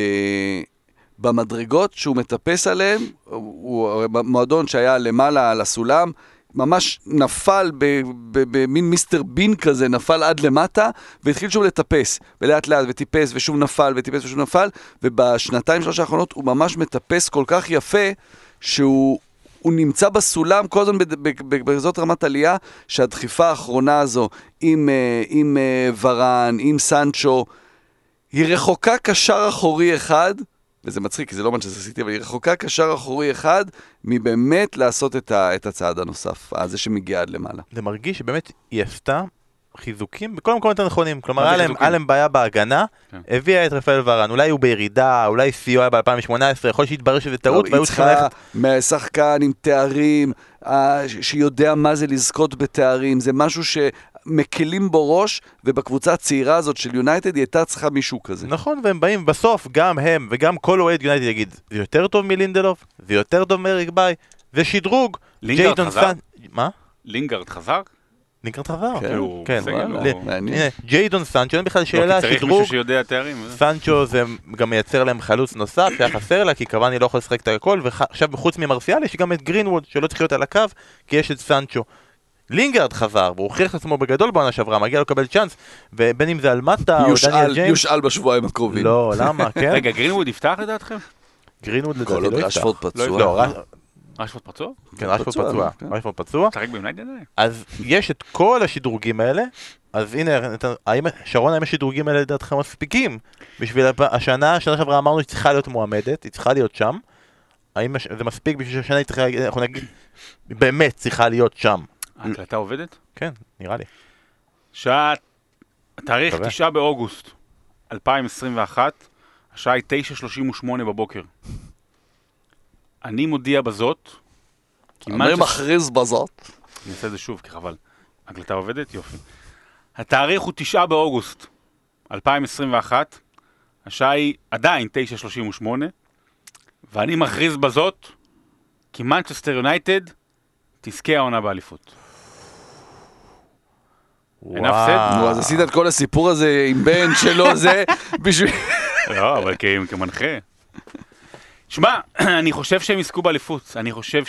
במדרגות שהוא מטפס עליהם, הוא מועדון שהיה למעלה על הסולם, ממש נפל במין מיסטר בין כזה, נפל עד למטה, והתחיל שוב לטפס, ולאט לאט, וטיפס, ושוב נפל, וטיפס, ושוב נפל, ובשנתיים שלוש האחרונות הוא ממש מטפס כל כך יפה, שהוא נמצא בסולם, כל הזמן בזאת רמת עלייה, שהדחיפה האחרונה הזו, עם ורן, עם סנצ'ו, היא רחוקה קשר אחורי אחד, וזה מצחיק, כי זה לא מנצ'סטר סיטי, אבל היא רחוקה קשר אחורי אחד, מבאמת לעשות את הצעד הנוסף, זה שמגיע עד למעלה. זה מרגיש שבאמת היא עשתה חיזוקים בכל המקומות הנכונים, כלומר היה להם בעיה בהגנה, הביאה את רפאל ורן, אולי הוא בירידה, אולי סיוע היה ב-2018, יכול שיתברר שזה טעות, היא צריכה שחקן עם תארים, שיודע מה זה לזכות בתארים, זה משהו מקלים בו ראש, ובקבוצה הצעירה הזאת של יונייטד היא הייתה צריכה מישהו כזה. נכון, והם באים בסוף, גם הם וגם כל אוהד יונייטד יגיד, זה יותר טוב מלינדלוף, זה יותר טוב מאריק ביי, זה שדרוג. לינגארד חזר? מה? לינגארד חזר? לינגארד חזר? כן. ג'יידון סנצ'ו, אין בכלל שאלה, צריך שדרוג. מישהו שיודע תארים. סנצ'ו זה גם מייצר להם חלוץ נוסף, שהיה חסר לה, כי קוואני לא יכול לשחק את הכל, ועכשיו חוץ ממרסיאל יש גם את גרינווד, שלא צריך להיות על הקו, כי יש את סנצ'ו. לינגארד חזר, והוא הוכיח את עצמו בגדול בעונה שעברה, מגיע לו לקבל צ'אנס, ובין אם זה על מטה או דניאל ג'יימס. יושאל בשבועיים הקרובים. לא, למה, כן? רגע, גרינווד יפתח לדעתכם? גרינווד לדעתי לא יפתח. רשפורד פצוע. לא, רשפורד פצוע? כן, רשפורד פצוע. שחק ביונייטד? אז יש את כל השדרוגים האלה, אז הנה, שרון, האם השדרוגים האלה לדעתכם מספיקים? בשביל השנה שעברה אמרנו שצריכה להיות מועמדת, היא צריכה להיות שם. האם זה מספיק בשביל שהשנה היא צריכה, אנחנו נגיד, באמת צריכה להיות שם? ההקלטה עובדת? כן, נראה לי. התאריך 9 באוגוסט 2021, השעה היא 9:38 בבוקר. אני מודיע בזאת, אני מכריז בזאת. אני אעשה את זה שוב, כי חבל. ההקלטה עובדת? יופי. התאריך הוא 9 באוגוסט 2021, השעה היא עדיין 9:38, ואני מכריז בזאת, כי מנצ'סטר יונייטד תזכה העונה באליפות. אין הפסד? נו, אז עשית את כל הסיפור הזה עם בן שלו, זה בשביל... לא, אבל כמנחה. שמע, אני חושב שהם יזכו באליפות. אני חושב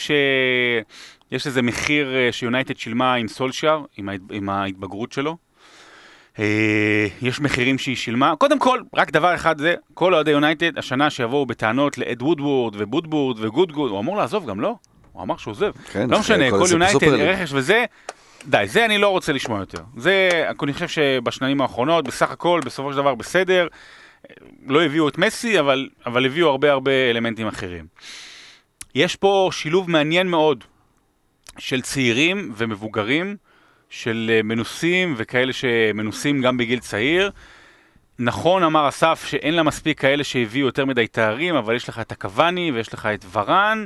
שיש איזה מחיר שיונייטד שילמה עם סולשייר, עם ההתבגרות שלו. יש מחירים שהיא שילמה. קודם כל, רק דבר אחד זה, כל אוהדי יונייטד, השנה שיבואו בטענות לאד וודוורד ובודבורד וגודגוד, הוא אמור לעזוב גם, לא? הוא אמר שהוא עוזב. כן, לא משנה, כל יונייטד, ליג. רכש וזה, די, זה אני לא רוצה לשמוע יותר. זה, אני חושב שבשנים האחרונות, בסך הכל, בסופו של דבר בסדר, לא הביאו את מסי, אבל הביאו הרבה אלמנטים אחרים. יש פה שילוב מעניין מאוד של צעירים ומבוגרים, של מנוסים וכאלה שמנוסים גם בגיל צעיר. נכון אמר אסף שאין לה מספיק כאלה שהביאו יותר מדי תארים, אבל יש לך את הקוואני ויש לך את ורן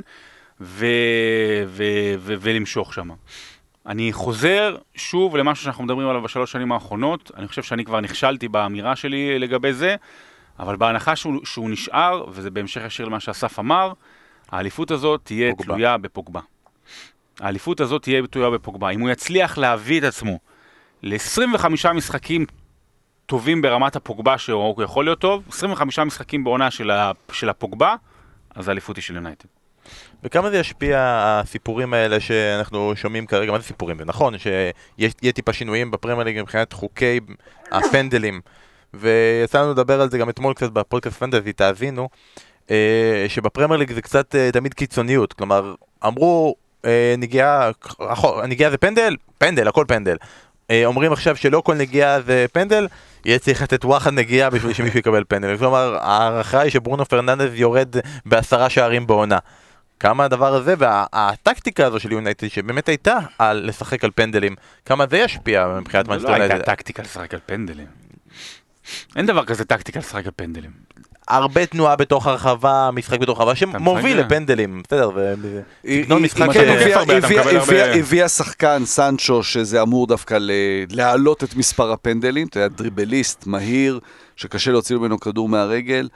ולמשוך שם. אני חוזר שוב למשהו שאנחנו מדברים עליו בשלוש שנים האחרונות, אני חושב שאני כבר נכשלתי באמירה שלי לגבי זה, אבל בהנחה שהוא נשאר, וזה בהמשך ישיר למה שאסף אמר, האליפות הזאת תהיה תלויה בפוגבה. האליפות הזאת תהיה תלויה בפוגבה. אם הוא יצליח להביא את עצמו ל-25 משחקים טובים ברמת הפוגבה שהוא יכול להיות טוב, 25 משחקים בעונה של הפוגבה, אז האליפות היא של יונייטד. וכמה זה ישפיע הסיפורים האלה שאנחנו שומעים כרגע, מה זה סיפורים? זה נכון שיהיה טיפה שינויים בפרמייר ליג מבחינת חוקי הפנדלים, ויצא לנו לדבר על זה גם אתמול קצת בפודקאסט פנטזי, תאזינו, שבפרמייר ליג זה קצת תמיד קיצוניות, כלומר, אמרו נגיעה זה פנדל? פנדל, הכל פנדל. אומרים עכשיו שלא כל נגיעה זה פנדל, יהיה צריך לתת וואחד נגיעה בשביל שמישהו יקבל פנדל. כלומר, הערכה היא שברונו פרננדז יורד ב10 שערים בעונה. כמה הדבר הזה והטקטיקה הזו של יונייטד שבאמת הייתה על לשחק על פנדלים, כמה זה ישפיע מבחינת מנצ'סטר יונייטד? לא הייתה טקטיקה לשחק על פנדלים. אין דבר כזה טקטיקה לשחק על פנדלים. הרבה תנועה בתוך הרחבה, משחק בתוך הרחבה שמוביל לפנדלים, בסדר, סגנון משחק הביאה שחקן סנצ'ו שזה אמור דווקא להעלות את מספר הפנדלים, אתה יודע, דריבליסט, מהיר, שקשה להוציא ממנו כדור מהרגל,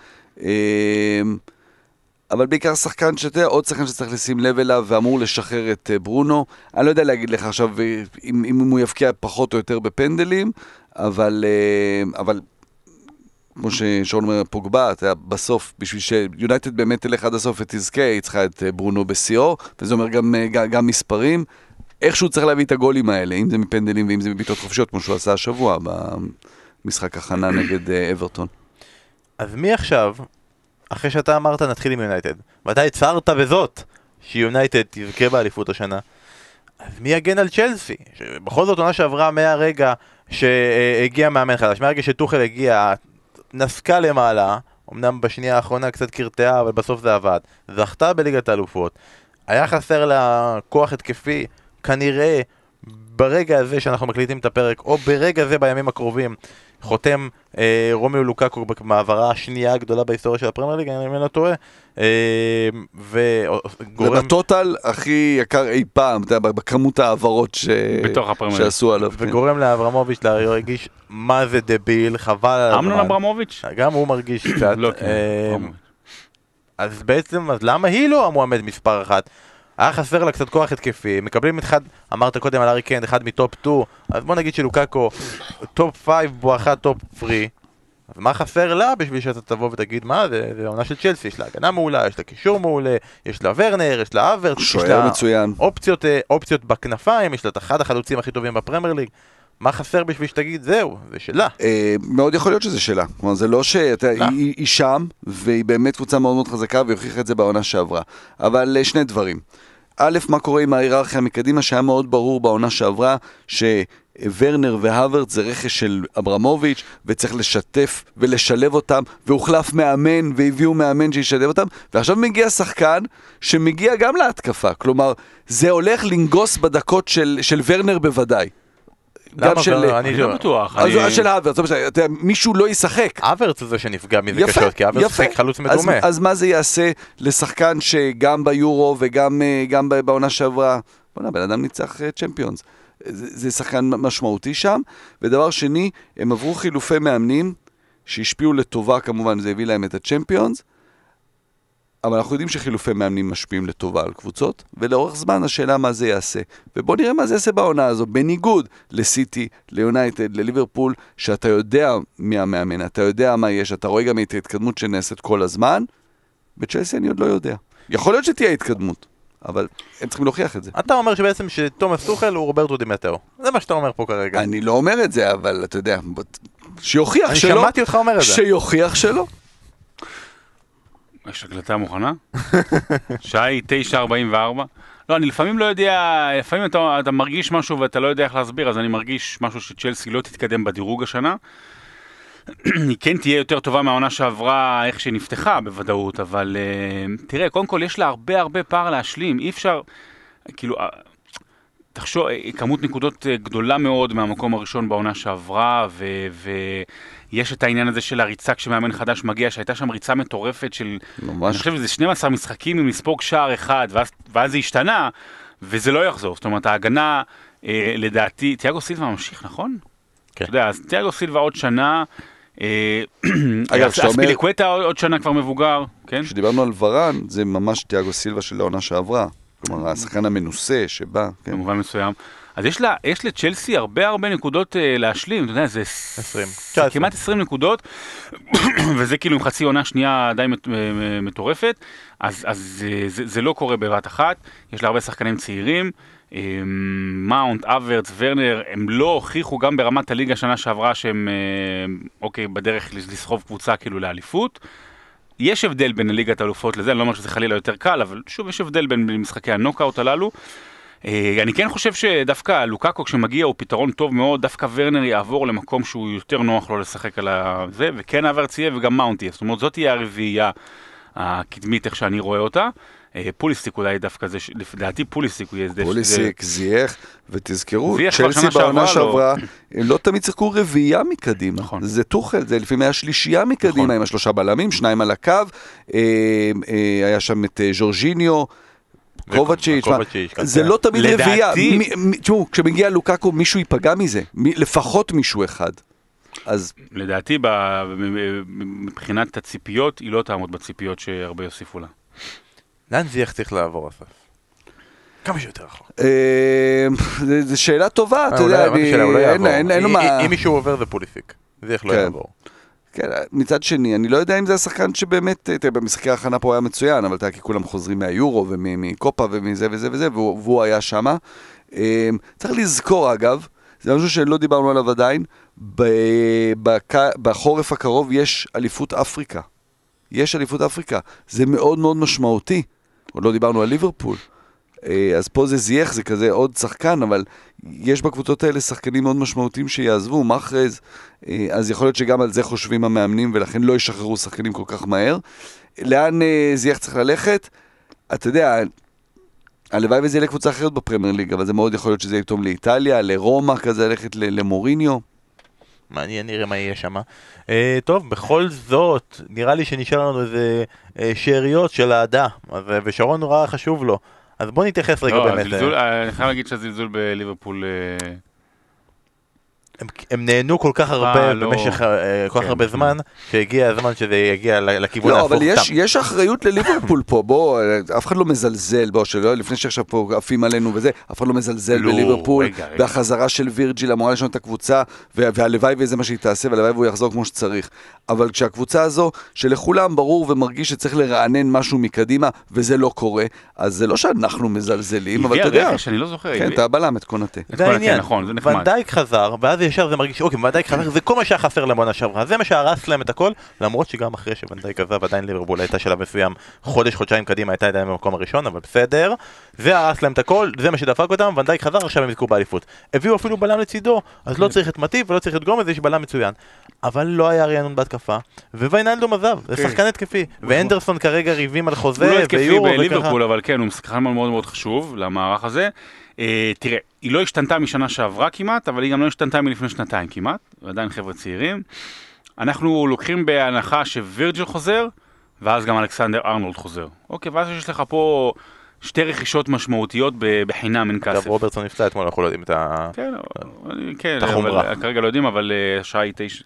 אבל בעיקר שחקן עוד שחקן שצריך לשים לב אליו ואמור לשחרר את ברונו. אני לא יודע להגיד לך עכשיו אם הוא יפקיע פחות או יותר בפנדלים, אבל כמו ששאול אומר, פוגבה, אתה יודע, בסוף, בשביל שיונייטד באמת תלך עד הסוף ותזכה, היא צריכה את ברונו בסיור, וזה אומר גם מספרים. איכשהו צריך להביא את הגולים האלה, אם זה מפנדלים ואם זה מביטות חופשיות, כמו שהוא עשה השבוע במשחק הכנה נגד אברטון. אז מי עכשיו, אחרי שאתה אמרת נתחיל עם יונייטד, ואתה הצהרת בזאת שיונייטד תזכה באליפות השנה, אז מי יגן על צ'לסי? שבכל זאת עונה שעברה מהרגע שהגיע מאמן חדש, מהרגע שטוחל הגיע, נסקה למעלה, אמנם בשנייה האחרונה קצת קרטעה, אבל בסוף זה עבד. זכתה בליגת האלופות. היה חסר לה כוח התקפי, כנראה ברגע הזה שאנחנו מקליטים את הפרק, או ברגע הזה בימים הקרובים, חותם רומיו לוקאקו במעברה השנייה הגדולה בהיסטוריה של הפרמייר ליג, אני לא טועה. ובטוטל הכי יקר אי פעם, בכמות העברות שעשו עליו. וגורם לאברמוביץ' להרגיש מה זה דביל, חבל על הזמן. אמנון אברמוביץ'? גם הוא מרגיש קצת. אז בעצם, למה היא לא המועמד מספר אחת? היה חסר לה קצת כוח התקפי, מקבלים אחד, אמרת קודם על ארי קיין, אחד מטופ 2, אז בוא נגיד שלוקאקו טופ 5 בואכה טופ 3, אז מה חסר לה בשביל שאתה תבוא ותגיד מה, זה עונה של צ'לסי, יש לה הגנה מעולה, יש לה קישור מעולה, יש לה ורנר, יש לה אברט, יש לה אופציות בכנפיים, יש לה את אחד החלוצים הכי טובים בפרמייר ליג, מה חסר בשביל שתגיד זהו, זה שלה? מאוד יכול להיות שזה שלה, כלומר זה לא שהיא שם, והיא באמת קבוצה מאוד מאוד חזקה, והיא הוכיחה את זה בעונה שעברה, אבל שני דברים. א', מה קורה עם ההיררכיה מקדימה, שהיה מאוד ברור בעונה שעברה, שוורנר והוורט זה רכש של אברמוביץ', וצריך לשתף ולשלב אותם, והוחלף מאמן, והביאו מאמן שישלב אותם, ועכשיו מגיע שחקן שמגיע גם להתקפה, כלומר, זה הולך לנגוס בדקות של וורנר בוודאי. גם של... אני לא בטוח. אז של האברט, מישהו לא ישחק. האברט זה שנפגע מזה קשות, כי האברט שחק חלוץ מדומה. אז מה זה יעשה לשחקן שגם ביורו וגם בעונה שעברה, בן אדם ניצח צ'מפיונס. זה שחקן משמעותי שם. ודבר שני, הם עברו חילופי מאמנים שהשפיעו לטובה, כמובן זה הביא להם את הצ'מפיונס, אבל אנחנו יודעים שחילופי מאמנים משפיעים לטובה על קבוצות, ולאורך זמן השאלה מה זה יעשה. ובוא נראה מה זה יעשה בעונה הזו, בניגוד לסיטי, ליונייטד, לליברפול, שאתה יודע מי המאמן, אתה יודע מה יש, אתה רואה גם את ההתקדמות שנעשית כל הזמן, בצ'לסי אני עוד לא יודע. יכול להיות שתהיה התקדמות, אבל הם צריכים להוכיח את זה. אתה אומר שבעצם שתומאס טוחל הוא רוברטו די מטאו. זה מה שאתה אומר פה כרגע. אני לא אומר את זה, אבל אתה יודע, שיוכיח שלא. אני שמעתי אותך אומר את זה. שיוכיח שלא. יש הקלטה מוכנה? שעה היא 9:44. לא, אני לפעמים לא יודע, לפעמים אתה מרגיש משהו ואתה לא יודע איך להסביר, אז אני מרגיש משהו שצ'לסי לא תתקדם בדירוג השנה. היא כן תהיה יותר טובה מהעונה שעברה איך שנפתחה בוודאות, אבל תראה, קודם כל יש לה הרבה פער להשלים, אי אפשר, כאילו, תחשוב, כמות נקודות גדולה מאוד מהמקום הראשון בעונה שעברה, ויש את העניין הזה של הריצה כשמאמן חדש מגיע, שהייתה שם ריצה מטורפת של, ממש. אני חושב שזה 12 משחקים עם לספוג שער אחד, ואז זה השתנה, וזה לא יחזור, זאת אומרת, ההגנה, לדעתי, תיאגו סילבה ממשיך, נכון? כן. אתה יודע, אז תיאגו סילבה עוד שנה, אגב, אספיליקווטה עוד שנה כבר מבוגר, כן? כשדיברנו על ורן, זה ממש תיאגו סילבה של העונה שעברה. כלומר, השחקן המנוסה שבא, כן. במובן מסוים. אז יש לצ'לסי הרבה נקודות להשלים, אתה יודע, זה 20. כמעט 20 נקודות, וזה כאילו עם חצי עונה שנייה די מטורפת, אז זה לא קורה בבת אחת, יש לה הרבה שחקנים צעירים, מאונט, אברץ, ורנר, הם לא הוכיחו גם ברמת הליגה שנה שעברה שהם, אוקיי, בדרך לסחוב קבוצה כאילו לאליפות. יש הבדל בין ליגת האלופות לזה, אני לא אומר שזה חלילה יותר קל, אבל שוב יש הבדל בין משחקי הנוקאוט הללו. אני כן חושב שדווקא לוקאקו כשמגיע הוא פתרון טוב מאוד, דווקא ורנר יעבור למקום שהוא יותר נוח לו לשחק על זה, וכן אברץ יהיה וגם מאונט יהיה, זאת אומרת זאת תהיה הרביעייה הקדמית איך שאני רואה אותה. פוליסטיק אולי דווקא זה, לדעתי פוליסטיק הוא יהיה זה. פוליסטיק, זייח, ותזכרו, צ'לסי בעונה שעברה, הם לא תמיד שיחקו רביעייה מקדימה. נכון. זה טוחל, זה לפעמים היה שלישייה מקדימה, נכון. עם 3 בלמים, 2 על הקו, היה שם את ז'ורג'יניו, קובצ'יץ', זה לא תמיד רביעייה. תשמעו, כשמגיע לוקאקו מישהו ייפגע מזה, לפחות מישהו אחד. אז לדעתי מבחינת הציפיות, היא לא תעמוד בציפיות שהרבה יוסיפו לה. לאן זייח צריך לעבור אסף? כמה שיותר רחוק. זו שאלה טובה, אתה יודע, אין לו מה... אם מישהו עובר זה פוליסיק, זייח לא יעבור. כן, מצד שני, אני לא יודע אם זה השחקן שבאמת, במשחקי ההכנה פה היה מצוין, אבל כי כולם חוזרים מהיורו ומקופה ומזה וזה וזה, והוא היה שמה. צריך לזכור אגב, זה משהו שלא דיברנו עליו עדיין, בחורף הקרוב יש אליפות אפריקה. יש אליפות אפריקה. זה מאוד מאוד משמעותי. עוד לא דיברנו על ליברפול. אז פה זה זייח, זה כזה עוד שחקן, אבל יש בקבוצות האלה שחקנים מאוד משמעותיים שיעזבו, מחרז, אז יכול להיות שגם על זה חושבים המאמנים, ולכן לא ישחררו שחקנים כל כך מהר. לאן זייח צריך ללכת? אתה יודע, הלוואי וזה יהיה לקבוצה אחרת בפרמייר ליג, אבל זה מאוד יכול להיות שזה יהיה פתאום לאיטליה, לרומא, כזה ללכת למוריניו. מעניין, נראה מה יהיה שם. טוב, בכל זאת, נראה לי שנשאר לנו איזה שאריות של העדה, ושרון נורא חשוב לו. אז בוא נתייחס רגע באמת. אני חייב להגיד שהזלזול בליברפול... הם נהנו כל כך הרבה במשך כל כך הרבה זמן, שהגיע הזמן שזה יגיע לכיוון ההפוך. לא, אבל יש אחריות לליברפול פה, בוא, אף אחד לא מזלזל, בוא, שלא, לפני שעכשיו פה עפים עלינו וזה, אף אחד לא מזלזל בליברפול, והחזרה של וירג'יל אמורה לשנות את הקבוצה, והלוואי וזה מה שהיא תעשה, והלוואי והוא יחזור כמו שצריך. אבל כשהקבוצה הזו, שלכולם ברור ומרגיש שצריך לרענן משהו מקדימה, וזה לא קורה, אז זה לא שאנחנו מזלזלים, אבל אתה יודע, אני לא זוכר. כן, אתה בלם את קונטה. זה העניין, ונדייק חזר, ואז ישר זה מרגיש, אוקיי, ונדייק חזר, זה כל מה שהיה חסר למונה שעברה, זה מה שהרס להם את הכל, למרות שגם אחרי שוונדייק עזב, עדיין ליברפול הייתה שלב מסוים, חודש-חודשיים קדימה הייתה עדיין במקום הראשון, אבל בסדר, זה הרס להם את הכל, זה מה שדפק אותם, ונדייק חזר, עכשיו הם יזכו באליפות. הביאו אפילו בלם לצידו, אז לא צריך את מטיב ולא צריך את גומז, יש בלם מצוין. אבל לא היה רענון בהתקפה, וויינלדום עזב, זה שחקן התקפי, ואנדרסון כרגע ריבים על חוזה, הוא לא התקפי בליברפול, אבל כן, הוא שחקן מאוד מאוד חשוב למערך הזה. תראה, היא לא השתנתה משנה שעברה כמעט, אבל היא גם לא השתנתה מלפני שנתיים כמעט, ועדיין חבר'ה צעירים. אנחנו לוקחים בהנחה שווירג'יל חוזר, ואז גם אלכסנדר ארנולד חוזר. אוקיי, ואז יש לך פה שתי רכישות משמעותיות בחינם, אין כסף. אגב, רוברטסון נפצע אתמול, אנחנו לא יודעים את החומרה. כרגע לא יודעים, אבל השעה היא 9,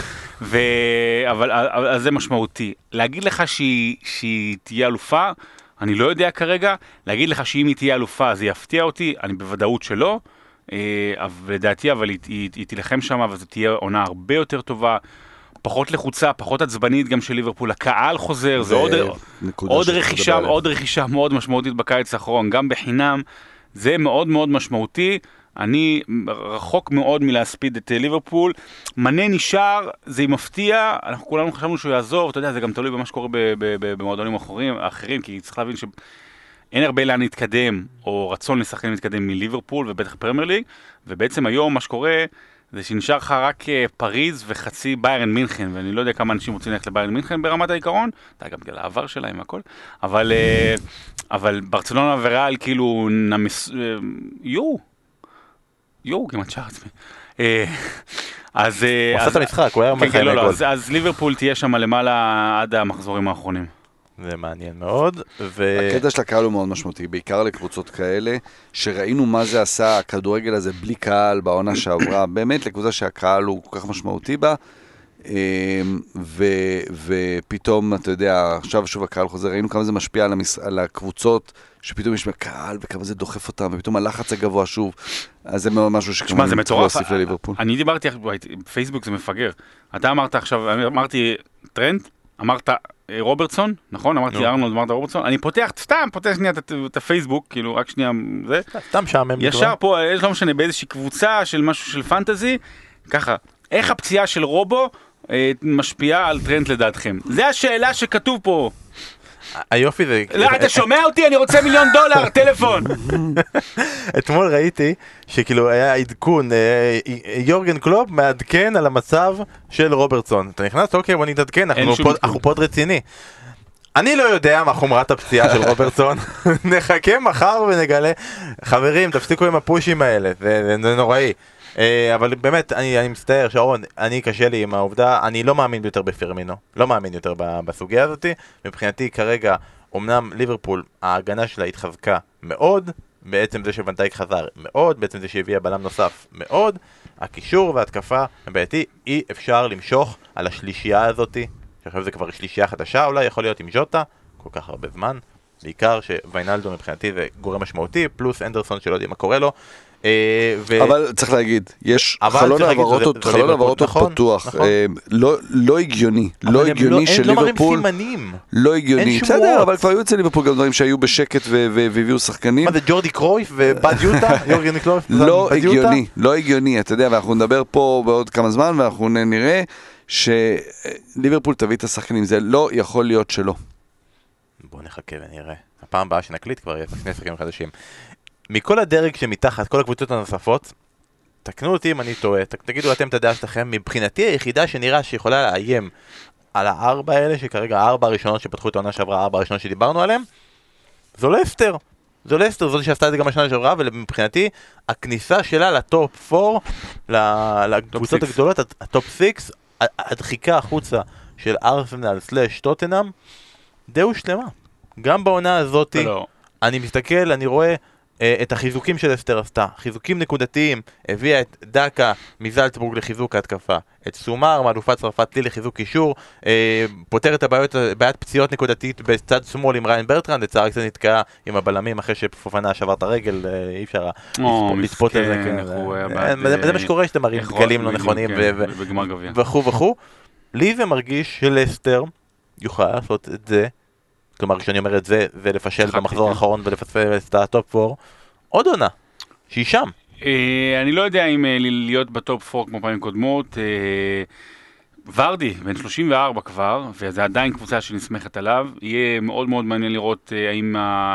אבל זה משמעותי. להגיד לך שהיא תהיה אלופה, אני לא יודע כרגע, להגיד לך שאם היא תהיה אלופה זה יפתיע אותי, אני בוודאות שלא, לדעתי אבל היא תילחם שם, וזו תהיה עונה הרבה יותר טובה, פחות לחוצה, פחות עצבנית גם של ליברפול, הקהל חוזר, זה עוד רכישה מאוד משמעותית בקיץ האחרון, גם בחינם, זה מאוד מאוד משמעותי, אני רחוק מאוד מלהספיד את ליברפול, מנה נשאר, זה מפתיע, אנחנו כולנו חשבנו שהוא יעזוב, אתה יודע, זה גם תלוי במה שקורה במועדונים אחרים, כי צריך להבין שאין הרבה לאן להתקדם, או רצון לשחקנים להתקדם מליברפול, ובטח פרמייר ליג, ובעצם היום מה שקורה, זה שנשאר לך רק פריז וחצי ביירן מינכן, ואני לא יודע כמה אנשים רוצים ללכת לביירן מינכן ברמת העיקרון, אתה גם בגלל העבר שלהם והכל, אבל ברצלונה וריאל כאילו כמעט שער עצמי. אז... הוא עושה את המשחק, הוא היה מחיים גול. אז ליברפול תהיה שם למעלה עד המחזורים האחרונים. זה מעניין מאוד. הקטע של הקהל הוא מאוד משמעותי, בעיקר לקבוצות כאלה, שראינו מה זה עשה, הכדורגל הזה בלי קהל בעונה שעברה, באמת לקבוצה שהקהל הוא כל כך משמעותי בה, ופתאום, אתה יודע, עכשיו שוב הקהל חוזר, ראינו כמה זה משפיע על הקבוצות, שפתאום יש קהל וכמה זה דוחף אותם, ופתאום הלחץ הגבוה שוב, אז זה משהו שכמובן צריך להוסיף לליברפול. אני דיברתי, פייסבוק זה מפגר, אתה אמרת עכשיו, אמרתי טרנד, אמרת רוברטסון, נכון? אמרתי ארנולד, אמרת רוברטסון, אני פותח שנייה את הפייסבוק, כאילו רק שנייה זה. סתם שעמם. ישר פה, יש לא משנה, באיזושהי קבוצה של משהו של פנטזי, ככה, איך הפציעה של רובו משפיעה על טרנד לדעתכם? זה השאלה שכתוב פה. היופי זה... לא, אתה שומע אותי? אני רוצה $1,000,000, טלפון. אתמול ראיתי שכאילו היה עדכון, יורגן קלופ מעדכן על המצב של רוברטסון. אתה נכנס? אוקיי, בוא נתעדכן, אנחנו פוד רציני. אני לא יודע מה חומרת הפציעה של רוברטסון, נחכה מחר ונגלה. חברים, תפסיקו עם הפושים האלה, זה נוראי. אבל באמת, אני מצטער, שרון, אני קשה לי עם העובדה, אני לא מאמין יותר בפירמינו, לא מאמין יותר בסוגיה הזאת. מבחינתי כרגע, אמנם ליברפול, ההגנה שלה התחזקה מאוד, בעצם זה שוונטייק חזר מאוד, בעצם זה שהביאה בלם נוסף מאוד, הקישור וההתקפה, בעייתי, אי אפשר למשוך על השלישייה הזאת, שעכשיו זה כבר שלישייה חדשה, אולי יכול להיות עם ז'וטה, כל כך הרבה זמן, בעיקר שוויינלדו מבחינתי זה גורם משמעותי, פלוס אנדרסון שלא יודעים מה קורה לו, אבל צריך להגיד, יש חלון העברות פתוח, לא הגיוני, לא הגיוני של ליברפול, לא הגיוני, בסדר, אבל כבר היו אצל ליברפול גם דברים שהיו בשקט והביאו שחקנים. מה זה, ג'ורדי קרויף ובד יוטה? יורגן קרויף? לא הגיוני, אתה יודע, ואנחנו נדבר פה בעוד כמה זמן, ואנחנו נראה שליברפול תביא את השחקנים, זה לא יכול להיות שלא. בוא נחכה ונראה, הפעם הבאה שנקליט כבר יהיה שני שחקנים חדשים. מכל הדרג שמתחת, כל הקבוצות הנוספות, תקנו אותי אם אני טועה, תגידו אתם את הדעה שלכם, מבחינתי היחידה שנראה שיכולה לאיים על הארבע האלה, שכרגע הארבע הראשונות שפתחו את העונה שעברה, הארבע הראשונות שדיברנו עליהם, זו לסטר. זו לסטר, זאת שעשתה את זה גם השנה שעברה, ומבחינתי הכניסה שלה לטופ 4, לקבוצות הגדולות, הטופ 6, הדחיקה החוצה של ארסנל סלש טוטנהאם, דהו שלמה. גם בעונה הזאת, אני מסתכל, אני רואה את החיזוקים של אסטר עשתה, חיזוקים נקודתיים, הביאה את דקה מזלצבורג לחיזוק ההתקפה, את סומר מאלופת צרפת לחיזוק קישור, פותר את בעיית פציעות נקודתית בצד שמאל עם ריין ברטרנד, לצערי קצת נתקעה עם הבלמים אחרי שפופנה שבר את הרגל, אי אפשר לצפות את זה, זה מה שקורה שאתם מראים דגלים לא נכונים וכו'. לי זה מרגיש שלסטר יוכל לעשות את זה, כלומר, כשאני אומר את זה, זה לפשל במחזור האחרון ולפספס את הטופ 4. עוד עונה, שהיא שם. אני לא יודע אם להיות בטופ 4 כמו פעמים קודמות. ורדי, בן 34 כבר, וזה עדיין קבוצה שנסמכת עליו. יהיה מאוד מאוד מעניין לראות האם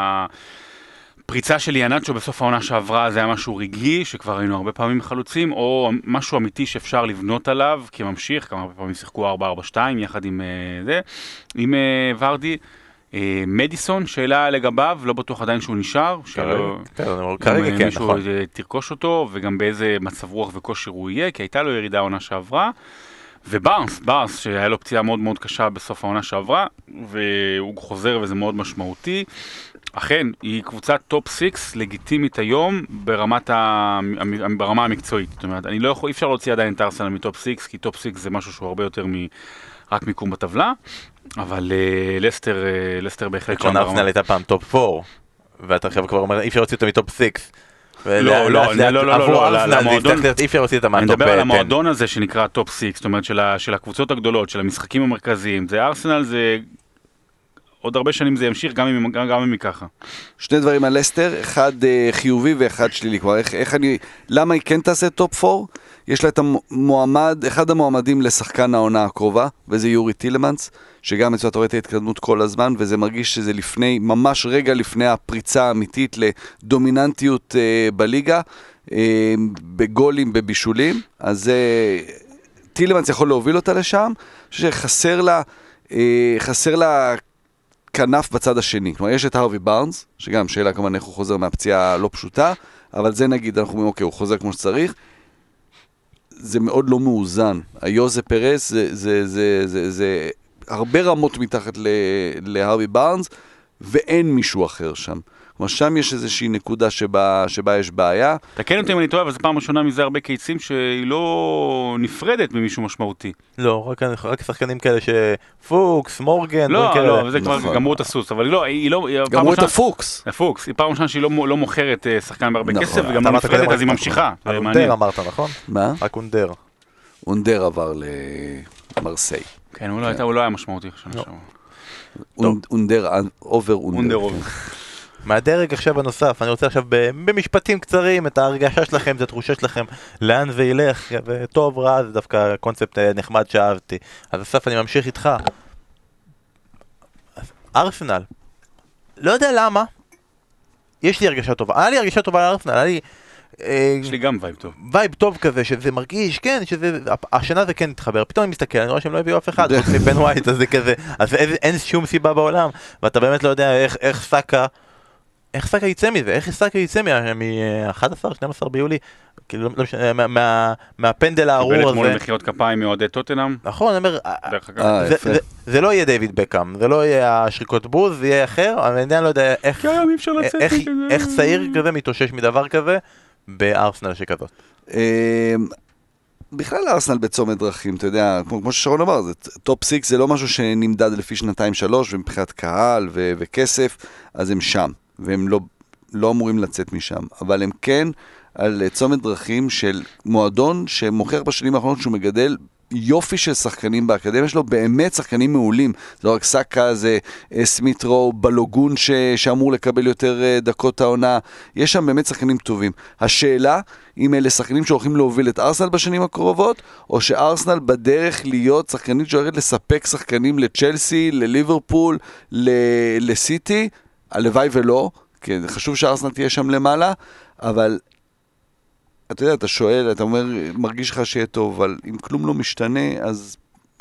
הפריצה של יאנצ'ו בסוף העונה שעברה זה היה משהו רגעי, שכבר היינו הרבה פעמים חלוצים, או משהו אמיתי שאפשר לבנות עליו, כממשיך, כמה פעמים שיחקו 4-4-2 יחד עם זה, עם ורדי. מדיסון, שאלה לגביו, לא בטוח עדיין שהוא נשאר, כרגע כן, נכון. מישהו תרכוש אותו, וגם באיזה מצב רוח וכושר הוא יהיה, כי הייתה לו ירידה העונה שעברה, וברנס, שהיה לו פציעה מאוד מאוד קשה בסוף העונה שעברה, והוא חוזר וזה מאוד משמעותי. אכן, היא קבוצת טופ 6 לגיטימית היום ברמה המקצועית. זאת אומרת, אי אפשר להוציא עדיין את ארסנל מטופ 6, כי טופ 6 זה משהו שהוא הרבה יותר רק מיקום בטבלה, אבל לסטר בהחלט שם ברמה. ארסנל הייתה פעם טופ 4, ואתה כבר אומר, אי אפשר להוציא אותה מטופ 6. לא, אי אפשר להוציא את אני מדבר על המועדון הזה שנקרא טופ 6, זאת אומרת של הקבוצות הגדולות, של המשחקים המרכזיים, זה ארסנל, זה עוד הרבה שנים זה ימשיך, גם אם היא ככה. שני דברים על לסטר, אחד חיובי ואחד שלילי. כבר למה היא כן תעשה טופ 4? יש לה את אחד המועמדים לשחקן העונה הקרובה, וזה יורי טילמנס, שגם אצלו אתה רואה את ההתקדמות כל הזמן, וזה מרגיש שזה ממש רגע לפני הפריצה האמיתית לדומיננטיות בליגה, בגולים, בבישולים, אז טילמנס יכול להוביל אותה לשם, שחסר לה כנף בצד השני. כלומר, יש את הרווי בארנס, שגם שאלה כמובן איך הוא חוזר מהפציעה לא פשוטה, אבל זה נגיד, אנחנו אומרים, אוקיי, הוא חוזר כמו שצריך, זה מאוד לא מאוזן. היוזה פרס זה הרבה רמות מתחת להרווי בארנס, ואין מישהו אחר שם. כלומר, שם יש איזושהי נקודה שבה יש בעיה. תקן אותי אם אני טועה, אבל זו פעם ראשונה מזה הרבה קיצים שהיא לא נפרדת ממישהו משמעותי. לא, רק שחקנים כאלה שפוקס, מורגן, לא, וזה כבר גמרו את הסוס, אבל היא לא... גמרו את הפוקס. הפוקס, היא פעם ראשנה שהיא לא מוכרת שחקן בהרבה כסף, וגם לא נפרדת, אז היא ממשיכה. אונדר אמרת, נכון? מה? רק אונדר. אונדר עבר למרסיי. כן, הוא לא היה משמעותי. אונדר, אובר אונדר. מהדרג עכשיו הנוסף, אני רוצה עכשיו במשפטים קצרים את ההרגשה שלכם, את התחושה שלכם, לאן זה ילך, וטוב, רע, זה דווקא קונספט נחמד שאהבתי. אז אסף, אני ממשיך איתך. ארסנל, לא יודע למה, יש לי הרגשה טובה. היה לי הרגשה טובה על ארסנל, היה לי... יש לי גם וייב טוב. וייב טוב כזה, שזה מרגיש, כן, השנה זה כן התחבר. פתאום אני מסתכל, אני רואה שהם לא הביאו אף אחד, חוץ מבן ווייט, אז זה כזה, אז אין שום סיבה בעולם, ואתה באמת לא יודע איך סאקה יצא מזה, איך סאקה יצא מ-11-12 ביולי, כאילו, לא משנה, מהפנדל הארור הזה. קיבל אתמול מחיאות כפיים מאוהדי טוטנהאם. נכון, אני אומר, זה לא יהיה דיוויד בקאם, זה לא יהיה השריקות בוז, זה יהיה אחר, אבל אני לא יודע איך צעיר כזה מתאושש מדבר כזה בארסנל שכזאת. בכלל ארסנל בצומת דרכים, אתה יודע, כמו ששרון אמר, טופ 6 זה לא משהו שנמדד לפי 2-3, ומבחינת קהל וכסף, אז הם שם. והם לא אמורים לצאת משם, אבל הם כן על צומת דרכים של מועדון שמוכר בשנים האחרונות שהוא מגדל יופי של שחקנים באקדמיה שלו, באמת שחקנים מעולים, זה לא רק סאקה, זה סמית'רו, בלוגון שאמור לקבל יותר דקות העונה, יש שם באמת שחקנים טובים. השאלה אם אלה שחקנים שהולכים להוביל את ארסנל בשנים הקרובות, או שארסנל בדרך להיות שחקנית שהולכת לספק שחקנים לצ'לסי, לליברפול, לסיטי, הלוואי ולא, כי חשוב שארסנל תהיה שם למעלה, אבל אתה יודע, אתה שואל, אתה אומר, מרגיש לך שיהיה טוב, אבל אם כלום לא משתנה, אז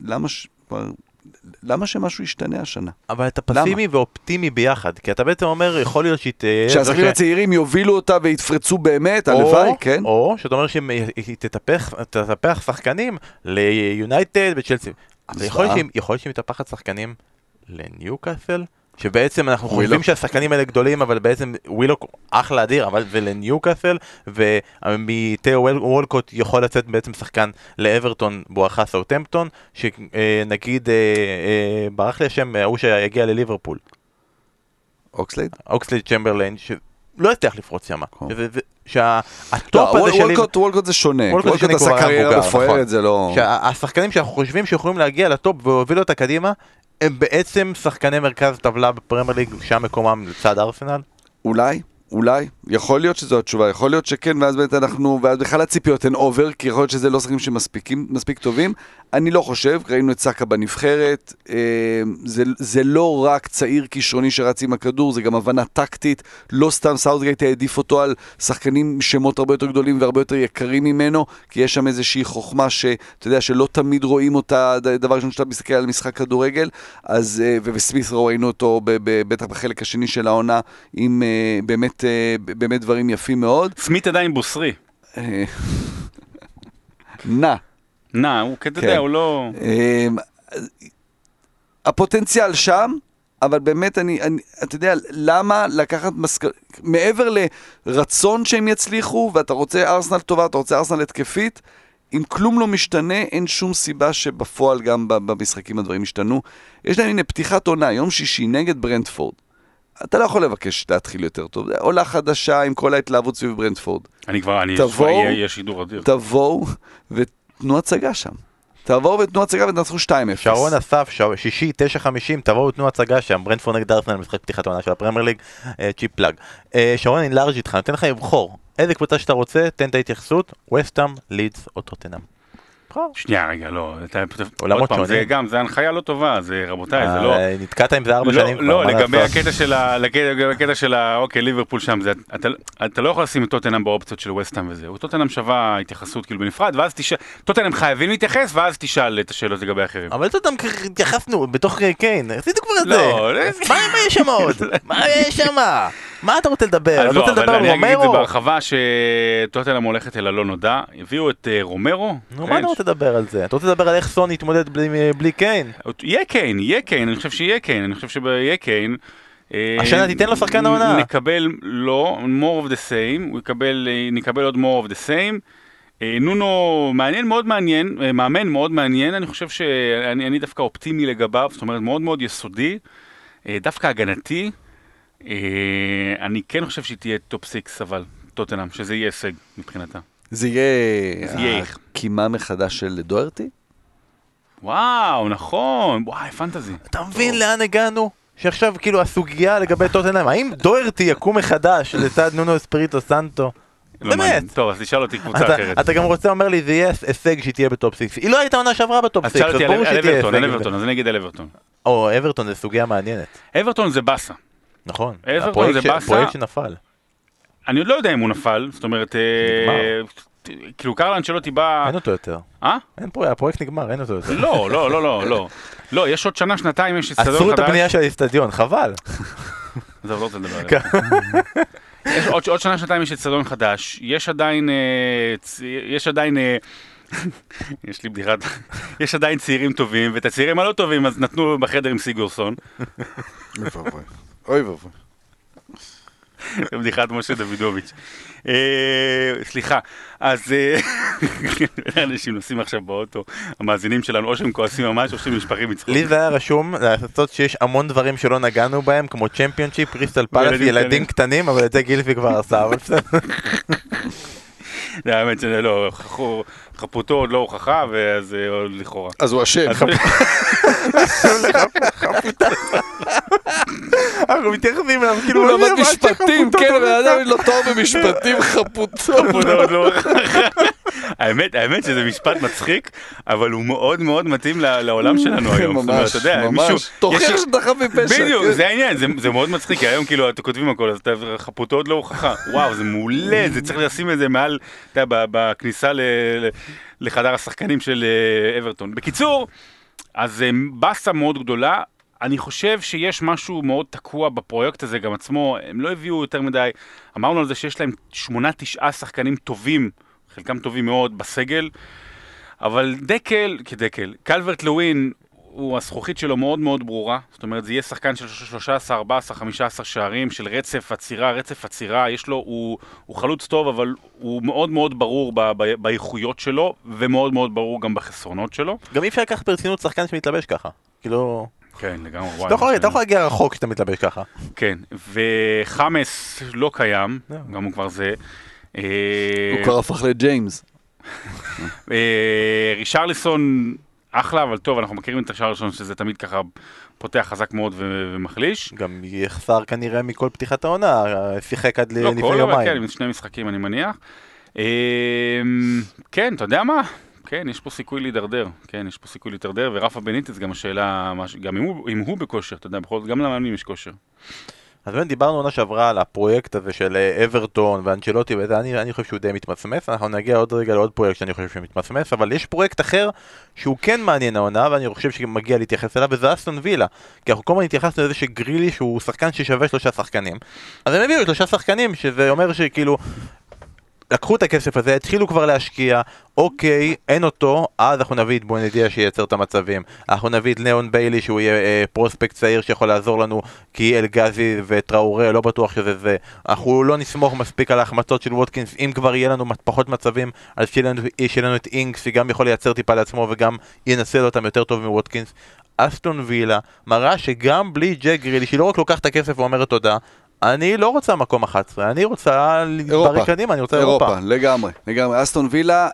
למה שמשהו ישתנה השנה? אבל אתה פסימי ואופטימי ביחד, כי אתה בעצם אומר, יכול להיות שהיא תהיה... שהשחקנים הצעירים יובילו אותה ויתפרצו באמת, הלוואי, כן? או שאתה אומר שהיא תטפח שחקנים ליונייטד וצ'לסי. יכול להיות שהיא מתפחת שחקנים לניוקאסל? שבעצם אנחנו חושבים שהשחקנים האלה גדולים, אבל בעצם ווילוק אחלה אדיר, אבל זה לניוקאסל, ומתאו וולקוט יכול לצאת בעצם שחקן לאברטון בואכה סאות'המפטון, שנגיד ברח לי השם, הוא שיגיע לליברפול. אוקסלייד צ'מברליין, שלא הצליח לפרוץ שם. שהטופ הזה של... וולקוט זה שונה. וולקוט עשה קריירה מפוארת, זה לא... שהשחקנים שאנחנו חושבים שיכולים להגיע לטופ והובילו אותה קדימה, הם בעצם שחקני מרכז טבלה בפרמייר ליג, שם מקומם לצד ארסנל? אולי, יכול להיות שזו התשובה, יכול להיות שכן, ואז באמת ואז בכלל הציפיות הן אובר, כי יכול להיות שזה לא שחקנים שמספיק טובים, אני לא חושב, ראינו את סאקה בנבחרת, זה לא רק צעיר כישרוני שרץ עם הכדור, זה גם הבנה טקטית, לא סתם סאות'גייט העדיף אותו על שחקנים שמות הרבה יותר גדולים והרבה יותר יקרים ממנו, כי יש שם איזושהי חוכמה שאתה יודע שלא תמיד רואים אותה, דבר ראשון שאתה מסתכל על משחק כדורגל, אז, ובסמית'רו ראינו אותו בטח בחלק השני של העונה, עם באמת דברים יפים מאוד. סמית עדיין בוסרי. הוא כדדה, הוא לא... הפוטנציאל שם, אבל באמת אתה יודע, למה לקחת מעבר לרצון שהם יצליחו, ואתה רוצה ארסנל טובה, אתה רוצה ארסנל התקפית, אם כלום לא משתנה, אין שום סיבה שבפועל גם במשחקים הדברים ישתנו. יש להם הנה פתיחת עונה, יום שישי נגד ברנטפורד. אתה לא יכול לבקש להתחיל יותר טוב. עולה חדשה עם כל ההתלהבות סביב ברנטפורד. יש שידור אדיר. תבואו ותנו הצגה שם. תבואו ותנו הצגה ותנצחו 2-0. שרון אסף, שישי, 9:50, תבואו ותנו הצגה שם. ברנטפורד נגד ארסנל, משחק פתיחת העונה של הפרמייר ליג, צ'יפ פלאג. שרון, אני לארג' איתך, נותן לך לבחור. איזה קבוצה שאתה רוצה, תן את ההתייחסות, וסטהאם, לידס או טוטנהאם. שנייה, רגע, לא. עולמות שונים. זה הנחיה לא טובה, זה רבותיי, זה לא... נתקעת עם זה 4 שנים כבר. לא, לגבי הקטע של אוקיי, ליברפול שם, אתה לא יכול לשים את טוטנהאם באופציות של ווסטהאם וזה. טוטנהאם שווה התייחסות כאילו בנפרד, ואז תשאל, טוטנהאם חייבים להתייחס, ואז תשאל את השאלות לגבי אחרים. אבל טוטנהאם התייחסנו בתוך קיין, עשיתם כבר את זה. מה יש שם עוד? מה יש שם? מה אתה רוצה לדבר? אתה רוצה לדבר על רומרו? אני אגיד את זה בהרחבה שטוטנהאם הולכת אל הלא נודע, הביאו את רומרו. מה אתה רוצה לדבר על זה? אתה רוצה לדבר על איך סון יתמודד בלי קיין? יהיה קיין, אני חושב שיהיה קיין, אני חושב שיהיה קיין. השנה תיתן לו שחקן העונה. נקבל לא, more of the same, נקבל עוד more of the same. נונו מעניין, מאוד מעניין, מאמן מאוד מעניין, אני חושב שאני דווקא אופטימי לגביו, זאת אומרת מאוד מאוד יסודי, דווקא הגנתי. אני כן חושב שהיא תהיה טופ 6, אבל טוטנהאם, שזה יהיה הישג מבחינתה. זה יהיה הקימה מחדש של דוארטי? וואו, נכון, וואי, פנטזי. אתה מבין לאן הגענו? שעכשיו כאילו הסוגיה לגבי טוטנהאם, האם דוארטי יקום מחדש לצד נונו אספיריטו סנטו? באמת. טוב, אז תשאל אותי קבוצה אחרת. אתה גם רוצה אומר לי, זה יהיה הישג שהיא תהיה בטופ 6. היא לא הייתה עונה שעברה בטופ 6, אז ברור שהיא תהיה הישג. אברטון, אז אני אגיד על אברטון. או, אברטון זה סוגיה מעניינת. אברטון זה בסה. נכון, הפרויקט שנפל. אני עוד לא יודע אם הוא נפל, זאת אומרת, כאילו קרלו אנצ'לוטי בא... אין אותו יותר. אין פה, הפרויקט נגמר, אין אותו יותר. לא, יש עוד שנה, שנתיים, יש אצטדיון חדש. עצרו את הבנייה של האצטדיון, חבל. זה לא רוצה לדבר עליו. עוד שנה, שנתיים יש אצטדיון חדש, יש עדיין, יש לי בדיחת, יש עדיין צעירים טובים, ואת הצעירים הלא טובים אז נתנו בחדר עם סיגורסון. אוי ואבוי. זה בדיחת משה דוידוביץ'. סליחה, אז אנשים נוסעים עכשיו באוטו, המאזינים שלנו או שהם כועסים ממש או שהם משפחים מצחוק. לי זה היה רשום לעשות שיש המון דברים שלא נגענו בהם, כמו צ'מפיונשיפ, קריסטל פלאס, ילדים קטנים, אבל את זה גילפי כבר עשה, אבל בסדר. זה האמת שזה לא, חפותו עוד לא הוכחה, ואז עוד לכאורה. אז הוא אשם. אנחנו מתייחסים אליו, כאילו הוא למד משפטים, כן, ואדם לא טוב במשפטים, חפותו. האמת שזה משפט מצחיק, אבל הוא מאוד מאוד מתאים לעולם שלנו היום. ממש, ממש. תוכיח שאתה חף מפשע. בדיוק, זה העניין, זה מאוד מצחיק, כי היום כאילו אתם כותבים הכל, אז חפותו עוד לא הוכחה. וואו, זה מעולה, זה צריך לשים את זה מעל, אתה יודע, בכניסה לחדר השחקנים של אברטון. בקיצור, אז בסה מאוד גדולה, אני חושב שיש משהו מאוד תקוע בפרויקט הזה גם עצמו, הם לא הביאו יותר מדי, אמרנו על זה שיש להם 8-9 שחקנים טובים, חלקם טובים מאוד בסגל, אבל קלברט לווין, הזכוכית שלו מאוד מאוד ברורה, זאת אומרת זה יהיה שחקן של 13, 14, 15 שערים, של רצף עצירה, יש לו, הוא חלוץ טוב, אבל הוא מאוד מאוד ברור באיכויות שלו, ומאוד מאוד ברור גם בחסרונות שלו. גם אי אפשר לקחת ברצינות שחקן שמתלבש ככה, כאילו... כן, לגמרי. אתה יכול להגיע רחוק כשאתה מתלבש ככה. כן, וחמאס לא קיים, גם הוא כבר זה. הוא כבר הפך לג'יימס. רישרליסון אחלה, אבל טוב, אנחנו מכירים את רישרליסון שזה תמיד ככה פותח חזק מאוד ומחליש. גם יחסר כנראה מכל פתיחת העונה, שיחק עד לפני יומיים. לא, כל אבל כן, 2 משחקים אני מניח. כן, אתה יודע מה? כן, יש פה סיכוי להידרדר, ורפה בניטס גם השאלה, גם אם הוא בכושר, אתה יודע, בכל זאת, גם למאמנים יש כושר. אז באמת דיברנו עונה שעברה על הפרויקט הזה של אברטון ואנצ'לוטי וזה, אני חושב שהוא די מתמסמס, אנחנו נגיע עוד רגע לעוד פרויקט שאני חושב שהוא מתמסמס, אבל יש פרויקט אחר שהוא כן מעניין העונה, ואני חושב שמגיע להתייחס אליו, וזה אסטון וילה, כי אנחנו כל הזמן התייחסנו לזה שגרילי שהוא שחקן ששווה 3 שחקנים, אז הם הביאו 3 שחקנים, שזה אומר שכאילו לקחו את הכסף הזה, התחילו כבר להשקיע, אוקיי, אין אותו, אז אנחנו נביא את בונדיה שייצר את המצבים, אנחנו נביא את ליאון ביילי שהוא יהיה פרוספקט צעיר שיכול לעזור לנו, כי אלגזי וטראורה, לא בטוח שזה זה, אנחנו לא נסמוך מספיק על ההחמצות של ווטקינס, אם כבר יהיה לנו פחות מצבים, אז שיהיה לנו את אינגס, שגם יכול לייצר טיפה לעצמו וגם ינסה לו אותם יותר טוב מווטקינס, אסטון וילה מראה שגם בלי ג'ק גריליש, היא לא רק לוקחת את הכסף ואומרת תודה, אני לא רוצה מקום 11, אני רוצה להתברר קדימה, אני רוצה אירופה. לגמרי. אסטון וילה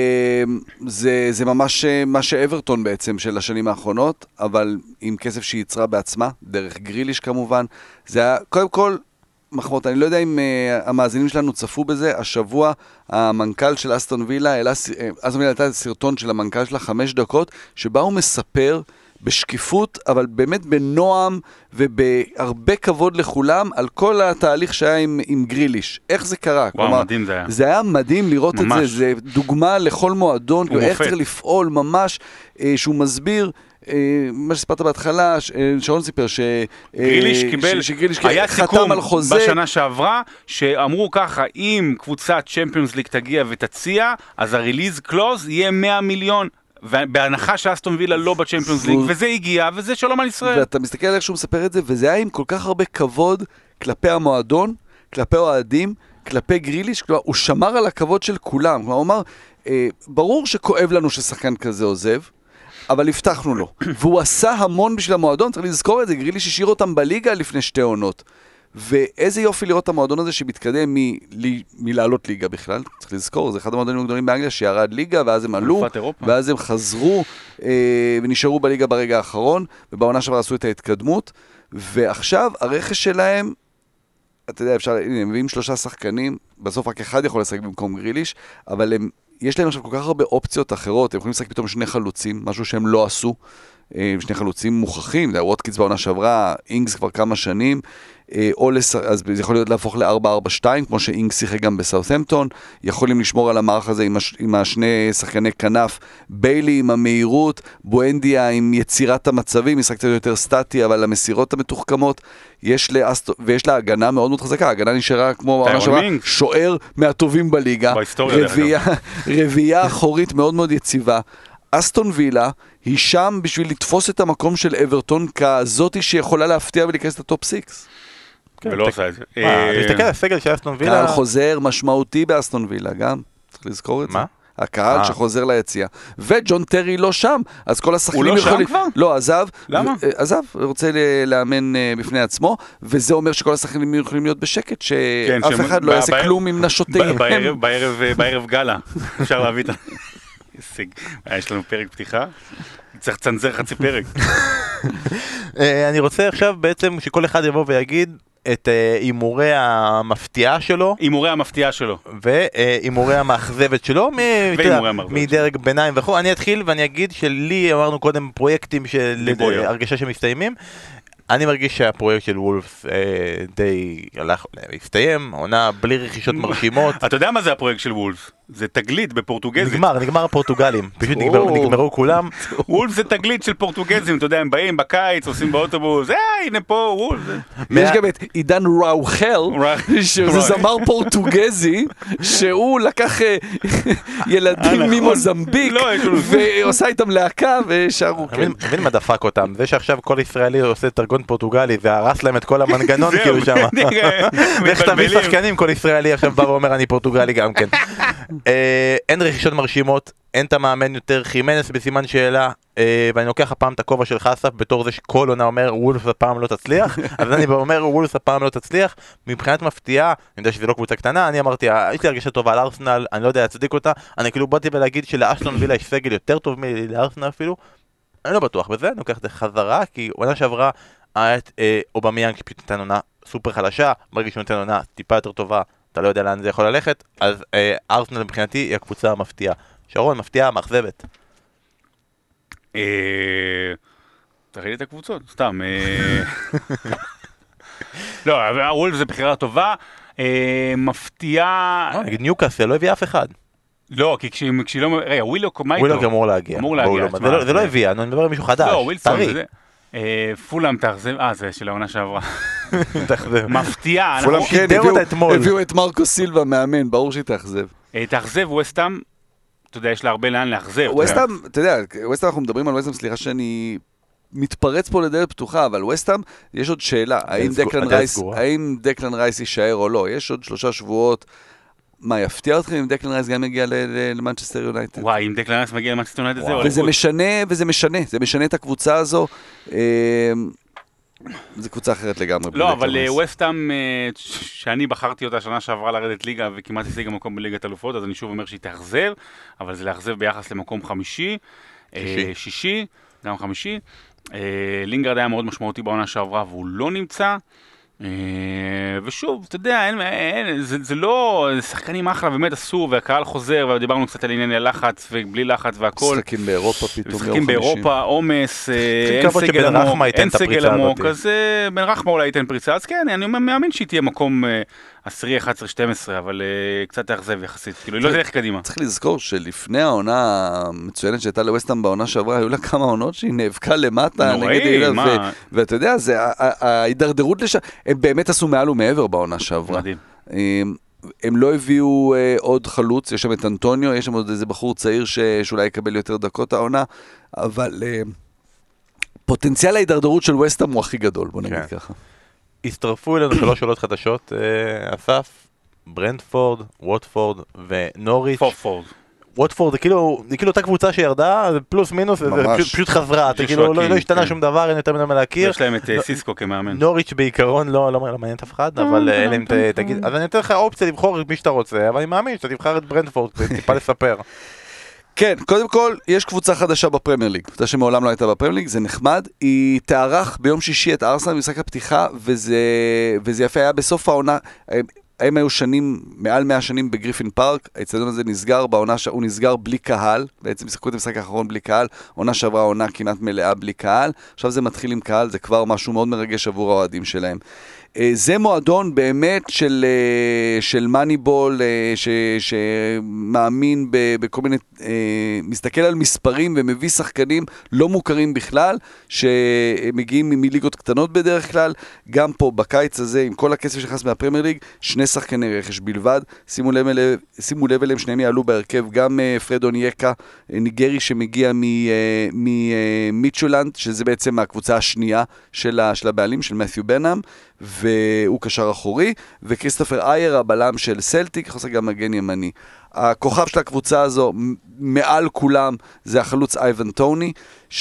זה ממש מה שאברטון בעצם של השנים האחרונות, אבל עם כסף שהיא יצרה בעצמה, דרך גריליש כמובן. זה היה, קודם כל, מחמות, אני לא יודע אם המאזינים שלנו צפו בזה, השבוע המנכ"ל של אסטון וילה, הייתה סרטון של המנכ"ל שלה 5 דקות, שבה הוא מספר בשקיפות, אבל באמת בנועם ובהרבה כבוד לכולם, על כל התהליך שהיה עם גריליש. איך זה קרה? וואו, כלומר, מדהים זה היה. זה היה מדהים לראות ממש. את זה, זה דוגמה לכל מועדון, איך צריך לפעול ממש, שהוא מסביר, מה שספרת בהתחלה, שרון סיפר, גריליש קיבל, היה סיכום בשנה שעברה, שאמרו ככה, אם קבוצת צ'מפיונס ליג תגיע ותציע, אז הריליז קלוז יהיה 100 מיליון, בהנחה שאסטון וילה לא בצ'מפיונס ליג, וזה הגיע, וזה שלום על ישראל. ואתה מסתכל על איך שהוא מספר את זה, וזה היה עם כל כך הרבה כבוד כלפי המועדון, כלפי אוהדים, כלפי גריליש, כלומר, הוא שמר על הכבוד של כולם. כלומר, הוא אמר, ברור שכואב לנו ששחקן כזה עוזב, אבל הבטחנו לו. והוא עשה המון בשביל המועדון, צריך לזכור את זה, גריליש השאיר אותם בליגה לפני 2 עונות. ואיזה יופי לראות את המועדון הזה שמתקדם מלעלות ליגה בכלל. צריך לזכור, זה אחד המועדונים הגדולים באנגליה שירד ליגה, ואז הם עלו, ואז הם חזרו ונשארו בליגה ברגע האחרון, ובעונה שעברה עשו את ההתקדמות, ועכשיו הרכש שלהם, אתה יודע, הם מביאים 3 שחקנים, בסוף רק אחד יכול לשחק במקום גריליש, אבל יש להם עכשיו כל כך הרבה אופציות אחרות, הם יכולים לשחק פתאום 2 חלוצים, משהו שהם לא עשו, 2 חלוצים מוכחים, ווטקיץ בעונה שעברה, אינגס כבר כמה שנים, אז זה יכול להיות להפוך ל-4-4-2, כמו שאינגס שיחק גם בסאות'המפטון, יכולים לשמור על המערך הזה עם 2 שחקני כנף, ביילי עם המהירות, בואנדיה עם יצירת המצבים, משחק קצת יותר סטטי, אבל המסירות המתוחכמות, ויש לה הגנה מאוד מאוד חזקה, ההגנה נשארה כמו שוער מהטובים בליגה, רביעייה אחורית מאוד מאוד יציבה, אסטון וילה היא שם בשביל לתפוס את המקום של אברטון כזאתי שיכולה להפתיע ולהיכנס לטופ 6. ולא עושה את זה. תסתכל על הסגל של אסטון וילה. קהל חוזר משמעותי באסטון וילה, גם. צריך לזכור את זה. מה? הקהל שחוזר ליציאה. וג'ון טרי לא שם, אז כל השחקנים יכולים... הוא לא שם כבר? לא, עזב. למה? עזב, רוצה לאמן בפני עצמו, וזה אומר שכל השחקנים יכולים להיות בשקט, שאף אחד לא יעשה כלום עם נשותיהם. בערב גלה, אפשר להביא את... יש לנו פרק פתיחה, צריך לצנזר חצי פרק. אני רוצה עכשיו בעצם שכל אחד יבוא ויגיד את אימורי המפתיעה שלו, ואימורי המאכזבת שלו, מדרג ביניים וכו'. אני אתחיל ואני אגיד שלי אמרנו קודם פרויקטים של הרגשה שמסתיימים. אני מרגיש שהפרויקט של וולפס די הלך להסתיים, עונה בלי רכישות מרשימות. אתה יודע מה זה הפרויקט של וולפס? זה תגלית בפורטוגזית. נגמר הפורטוגלים, פשוט נגמרו כולם. וולפס זה תגלית של פורטוגזים, אתה יודע, הם באים בקיץ, עושים באוטובוס, הנה פה וולפס. ויש גם את עידן ראוחל, שזה זמר פורטוגזי, שהוא לקח ילדים ממוזמביק, ועושה איתם להקה ושארו. מבין מה דפק אותם, זה שעכשיו כל ישראלי עושה תרגון פורטוגלי, והרס להם את כל המנגנון כאילו שם. ואיך תביא שחקנים, כל ישראלי עכשיו בא ואומר אני פורטוגלי גם כן. אין רכישות מרשימות, אין את המאמן יותר, חימנס בסימן שאלה, ואני לוקח הפעם את הכובע של חסף בתור זה שכל עונה אומר וולפס הפעם לא תצליח, אז אני אומר וולפס הפעם לא תצליח, מבחינת מפתיעה, אני יודע שזה לא קבוצה קטנה, אני אמרתי, יש לי הרגשה טובה על ארסנל, אני לא יודע להצדיק אותה, אני כאילו באתי ולהגיד שלאסטון וילה יש סגל יותר טוב מלארסנל אפילו, אני לא בטוח בזה, אני לוקח את זה חזרה, כי עונה שעברה, אובמיאנג שפשוט נתן עונה סופר חלשה, מרגיש שהוא נתן עונה טיפה יותר טובה, אתה לא יודע לאן זה יכול ללכת, אז ארסנל מבחינתי היא הקבוצה המפתיעה. שרון, מפתיעה, מאכזבת. תראי לי את הקבוצות, סתם. לא, וולפס זה בחירה טובה, מפתיעה... נגיד ניוקאסל, לא הביא אף אחד. לא, כי כשהיא לא... רגע, ווילוק, מה איתו? ווילוק אמור להגיע. זה לא הביא, אני מדבר על מישהו חדש. לא, ווילסון, זה... פולאם תאכזב, זה של העונה שעברה. מפתיעה. פולאם שידר אותה אתמול. הביאו את מרקו סילבה מאמן, ברור שהיא תאכזב. תאכזב, ווסטהאם, אתה יודע, יש לה הרבה לאן לאכזב. ווסטהאם, אתה יודע, ווסטהאם אנחנו מדברים על ווסטהאם, סליחה שאני מתפרץ פה לדלת פתוחה, אבל ווסטהאם, יש עוד שאלה, האם דקלן רייס יישאר או לא? יש עוד 3 שבועות, מה, יפתיע אתכם אם דקלן רייס גם יגיע למנצ'סטר יונייטד? וואי, אם דקלן רייס מגיע למנצ'סטר יונייטד זה וזה משנה את הקבוצה הזו. זו קבוצה אחרת לגמרי. לא, אבל ווסטהאם, שאני בחרתי אותה שנה שעברה לרדת ליגה וכמעט השיגה מקום בליגת אלופות, אז אני שוב אומר שהיא תאכזב, אבל זה לאכזב ביחס למקום שישי, גם חמישי. לינגרד היה מאוד משמעותי בעונה שעברה והוא לא נמצא. ושוב, אתה יודע, זה לא, שחקנים אחלה באמת אסור, והקהל חוזר, ודיברנו קצת על ענייני לחץ, ובלי לחץ והכל. משחקים באירופה פתאום. משחקים באירופה, עומס, אין סגל עמוק, אז בן רחמה אולי ייתן פריצה, אז כן, אני מאמין שהיא תהיה מקום 10, 11, 12, אבל קצת תאכזב יחסית, כאילו, היא לא תלך קדימה. צריך לזכור שלפני העונה המצוינת שהייתה לווסטהאם בעונה שעברה, היו לה כמה עונות שהיא נאבקה למטה, נגד ואתה יודע, ההידרדרות לשם, הם באמת עשו מעל ומעבר בעונה שעברה. מדהים. הם לא הביאו עוד חלוץ, יש שם את אנטוניו, יש שם עוד איזה בחור צעיר שאולי יקבל יותר דקות העונה, אבל פוטנציאל ההידרדרות של ווסטהאם הוא הכי גדול, בוא נגיד ככה. הצטרפו אלינו 3 שאלות חדשות, אסף, ברנטפורד, ווטפורד ונוריץ'. ווטפורד זה כאילו אותה קבוצה שירדה, זה פלוס מינוס, זה פשוט חזרה, כאילו לא השתנה שום דבר, אין יותר מדי מה להכיר. יש להם את סיסקו כמאמן. נוריץ' בעיקרון לא מעניין את אף אחד, אבל אלה תגיד, אז אני אתן לך אופציה לבחור את מי שאתה רוצה, אבל אני מאמין שאתה תבחר את ברנטפורד, טיפה לספר. כן, קודם כל, יש קבוצה חדשה בפרמייר ליג, קבוצה שמעולם לא הייתה בפרמייר ליג, זה נחמד, היא תארח ביום שישי את ארסנל במשחק הפתיחה, וזה יפה, היה בסוף העונה, הם היו שנים, מעל 100 שנים בגריפין פארק, האצטדיון הזה נסגר, הוא נסגר בלי קהל, בעצם שיחקו את המשחק האחרון בלי קהל, עונה שעברה עונה כמעט מלאה בלי קהל, עכשיו זה מתחיל עם קהל, זה כבר משהו מאוד מרגש עבור האוהדים שלהם. זה מועדון באמת של מניבול שמאמין בכל מיני, מסתכל על מספרים ומביא שחקנים לא מוכרים בכלל, שמגיעים מליגות קטנות בדרך כלל, גם פה בקיץ הזה, עם כל הכסף שנכנס מהפרמייר ליג, 2 שחקני רכש בלבד, שימו לב אליהם, שניהם יעלו בהרכב, גם פרדון יקה, ניגרי שמגיע ממיטשולנד, שזה בעצם הקבוצה השנייה של הבעלים, של מת'יו בנאם, והוא קשר אחורי, וכריסטופר אייר, הבלם של סלטיק, יכול להיות גם מגן ימני. הכוכב של הקבוצה הזו, מעל כולם, זה החלוץ אייבן טוני,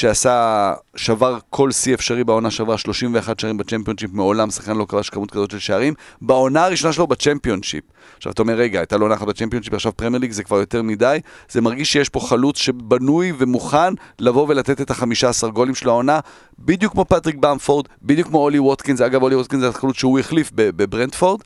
שבר כל שיא אפשרי בעונה שעברה, 31 שערים בצ'מפיונשיפ, מעולם שחקן לא כבש כמות כזאת של שערים, בעונה הראשונה שלו בצ'מפיונשיפ. עכשיו אתה אומר, רגע, הייתה לא נחת בצ'מפיונשיפ, עכשיו פרמייר ליג זה כבר יותר מדי, זה מרגיש שיש פה חלוץ שבנוי ומוכן לבוא ולתת את ה-15 גולים של העונה, בדיוק כמו פטריק במפורד, בדיוק כמו אולי ווטקינס, אגב אולי ווטקינס זה החלוץ שהוא החליף בברנטפורד,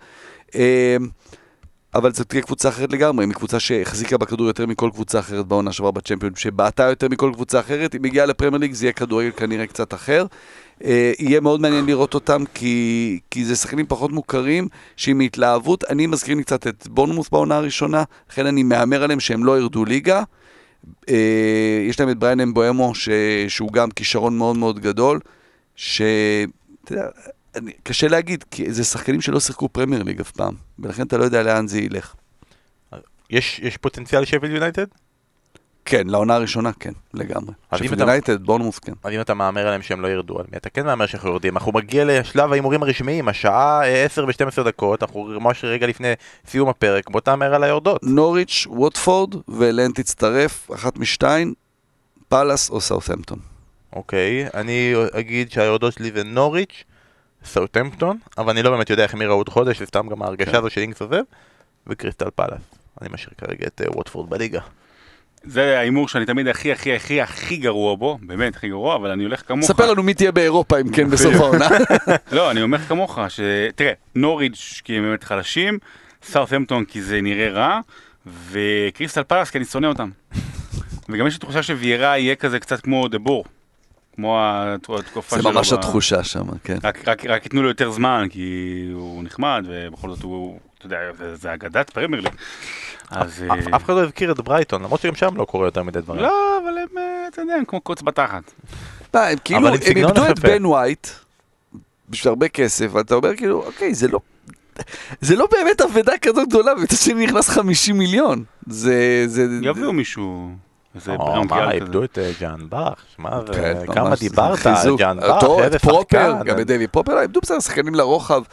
אבל זו תהיה קבוצה אחרת לגמרי, מקבוצה שהחזיקה בכדור יותר מכל קבוצה אחרת בעונה שעברה בצ'מפיון, שבעטה יותר מכל קבוצה אחרת, אם הגיעה לפרמייר ליג זה יהיה כדורגל כנראה קצת אחר. יהיה מאוד מעניין לראות אותם, כי זה שחקנים פחות מוכרים, שעם התלהבות, אני מזכיר לי קצת את בורנמות' בעונה הראשונה, לכן אני מאמר עליהם שהם לא ירדו ליגה. יש להם את בריין אמבואמו, שהוא גם כישרון מאוד מאוד גדול, אתה יודע, קשה להגיד, כי זה שחקנים שלא שיחקו פרמייר ליג אף פעם, ולכן אתה לא יודע לאן זה ילך. יש פוטנציאל לשפילד יונייטד? כן, לעונה הראשונה, כן, לגמרי. שפילד יונייטד, בורנמות' כן. אז אם אתה מאמר עליהם שהם לא ירדו, על מי אתה כן מאמר שאנחנו יורדים? אנחנו מגיע לשלב ההימורים הרשמיים, השעה 10 ו-12 דקות, אנחנו ממש רגע לפני סיום הפרק, בוא תאמר על היורדות. נוריץ', ווטפורד, ואליהן תצטרף, אחת משתיים, פאלאס או סאות'המפטון. אוקיי, אני אגיד שהיורדות שלי זה נוריץ', סאות'המפטון, אבל אני לא באמת יודע איך הם יראו עוד חודש, זה סתם גם ההרגשה הזו של אינגס עוזב, וקריסטל פאלאס. אני משאיר כרגע את ווטפורד בליגה. זה האימור שאני תמיד הכי גרוע בו, באמת הכי גרוע, אבל אני הולך כמוך. ספר לנו מי תהיה באירופה אם כן בסוף העונה. לא, אני אומר כמוך, תראה, נוריץ' כי הם באמת חלשים, סאות'המפטון כי זה נראה רע, וקריסטל פאלאס כי אני שונא אותם. וגם יש לי תחושה שוויירה יהיה כזה קצת כמו דבור. כמו התקופה שלו. זה ממש התחושה שם, כן. רק ייתנו לו יותר זמן, כי הוא נחמד, ובכל זאת הוא, אתה יודע, זה אגדת פרמייר ליג. אף אחד לא הזכיר את ברייטון, למרות שגם שם לא קורה יותר מדי דברים. לא, אבל הם, אתה יודע, הם כמו קוץ בתחת. הם כאילו, הם איבדו את בן ווייט, בשביל הרבה כסף, ואתה אומר כאילו, אוקיי, זה לא באמת עבודה כזאת גדולה, ואתה שני נכנס 50 מיליון. יביאו מישהו... מה, איבדו את ג'אן באך, כמה דיברת על ג'אן באך, איזה שחקן. גם את דייבי פופר, איבדו בסדר שחקנים לרוחב,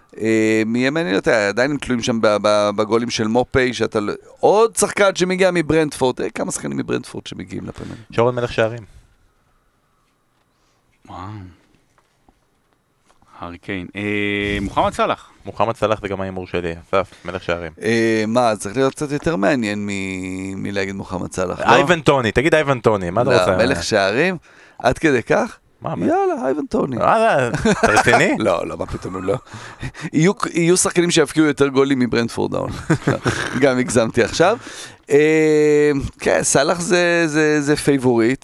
מימני, עדיין הם תלויים שם בגולים של מופי, עוד שחקן שמגיע מברנדפורד, כמה שחקנים מברנדפורד שמגיעים לפרמייר. שרון מלך שערים. וואו. הארי קיין. מוחמד סלאח. מוחמד סלאח זה גם ההימור שלי, אסף, מלך שערים. צריך להיות קצת יותר מעניין מלהגיד מוחמד סלאח, לא? אייבן טוני, תגיד אייבן טוני, מה אתה רוצה? מלך שערים? עד כדי כך? יאללה, אייבן טוני. אתה רציני? לא, מה פתאום לא. יהיו שחקנים שיפקיעו יותר גולים מברנדפורד דאון. גם הגזמתי עכשיו. כן, סלאח זה פייבוריט.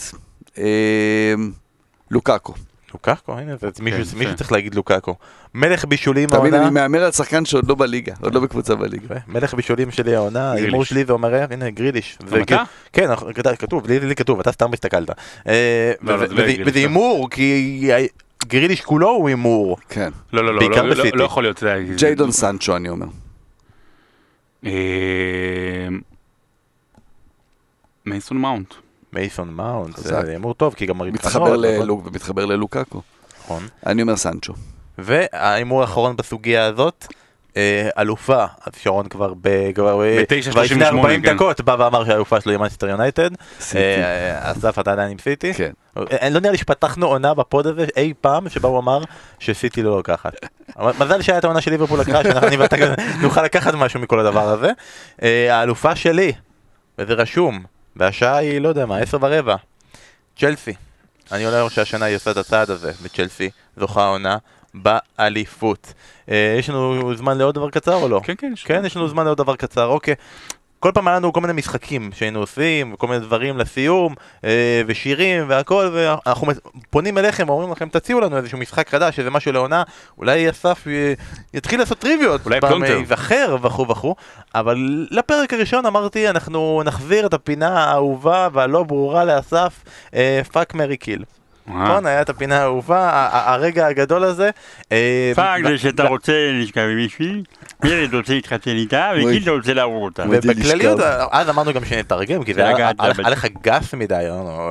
לוקאקו. לוקאקו? הנה, מישהו צריך להגיד לוקאקו. מלך בישולים העונה. תמיד אני מאמר על שחקן שעוד לא בליגה, עוד לא בקבוצה בליגה. מלך בישולים שלי העונה, הימור שלי זה אומר, הנה, גריליש. אתה? כן, כתוב, לי כתוב, אתה סתם הסתכלת. וזה הימור, כי גריליש כולו הוא הימור. כן. לא יכול להיות. ג'יידון סנצ'ו, אני אומר. מייסון מאונט. מייסון מאונט, זה הימור טוב, כי גם מתחבר ללוקאקו. נכון. אני אומר סנצ'ו. וההימור האחרון בסוגיה הזאת, אלופה, אז שרון כבר לפני 40 דקות בא ואמר שהאלופה שלו היא מנצ'סטר יונייטד. אסף, אתה עדיין עם סיטי? כן. לא נראה לי שפתחנו עונה בפוד הזה אי פעם שבה הוא אמר שסיטי לא לוקחת. מזל שהיה את העונה של ליברפול לקחה, שאנחנו נוכל לקחת משהו מכל הדבר הזה. האלופה שלי, וזה רשום, והשעה היא, לא יודע מה, 10:15. צ'לסי. אני עולה שהשנה היא עושה את הצעד הזה, וצ'לסי זוכה עונה באליפות. יש לנו זמן לעוד דבר קצר או לא? כן, יש לנו זמן לעוד דבר קצר, אוקיי. כל פעם היה לנו כל מיני משחקים שהיינו עושים, כל מיני דברים לסיום, ושירים והכל, ואנחנו פונים אליכם ואומרים לכם, תציעו לנו איזשהו משחק חדש, איזה משהו לעונה, אולי אסף יתחיל לעשות טריוויות, אולי פלונטר. ייזכר וכו', אבל לפרק הראשון אמרתי, אנחנו נחזיר את הפינה האהובה והלא ברורה לאסף, פאק מרי קיל. נכון, היה את הפינה האהובה, הרגע הגדול הזה. פאק זה שאתה רוצה לשכב עם מישהי, ילד רוצה להתחתן איתה, וגיל אתה רוצה להרוג אותה. ובכלליות, אז אמרנו גם שנתרגם, כי זה היה לך גס מדי,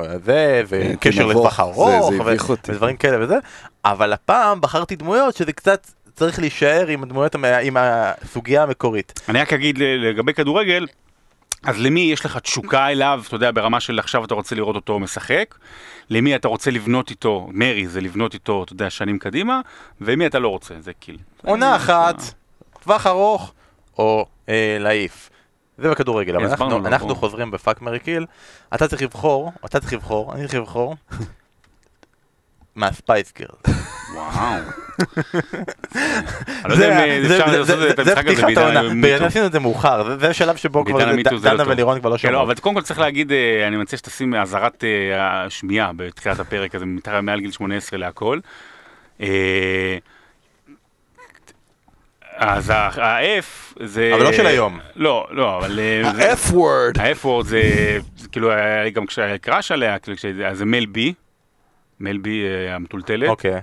וקשר לטווח ארוך, ודברים כאלה וזה, אבל הפעם בחרתי דמויות שזה קצת צריך להישאר עם הסוגיה המקורית. אני רק אגיד לגבי כדורגל, אז למי יש לך תשוקה אליו, אתה יודע, ברמה של עכשיו אתה רוצה לראות אותו משחק, למי אתה רוצה לבנות איתו, מרי זה לבנות איתו, אתה יודע, שנים קדימה, ומי אתה לא רוצה, זה קיל. עונה אחת, טווח ארוך, או להעיף. זה בכדורגל, אבל אנחנו חוזרים בפאק מרי קיל, אתה צריך לבחור, אני צריך לבחור, מהספייס גירלס. וואו. אני לא יודע אם אפשר לעשות את המשחק הזה בעידן עשינו את זה מאוחר, זה שלב שבו כבר דנה ולירון כבר לא שומעות. אבל קודם כל צריך להגיד, אני מציע שתשים אזהרת השמיעה בתחילת הפרק הזה, מעל גיל 18 להכל. אז ה-F זה... אבל לא של היום. לא, אבל... ה-F-word. ה-F-word זה, כאילו, גם כשהקרש עליה, זה מלבי. מלבי המטולטלת. אוקיי.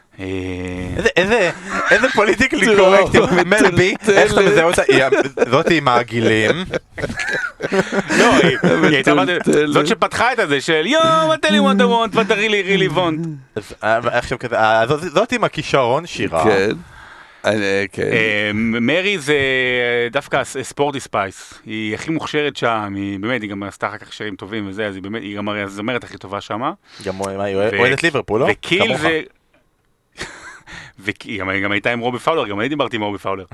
איזה פוליטיקלי קורקטים. מלבי, איך אתה מזהה אותה? זאת עם העגילים. לא, היא הייתה זאת שפתחה את הזה של יואו, what tell you what I want, what I really want. עכשיו כזה, זאת עם הכישרון שירה. כן. מרי זה דווקא ספורטי ספייס, היא הכי מוכשרת שם, היא באמת, היא גם עשתה אחר כך שירים טובים וזה, אז היא גם הזמרת הכי טובה שם. גם היא אוהדת ליברפול, לא? וקיל זה... והיא גם הייתה עם רובי פאולר, גם אני דיברתי עם רובי פאולר.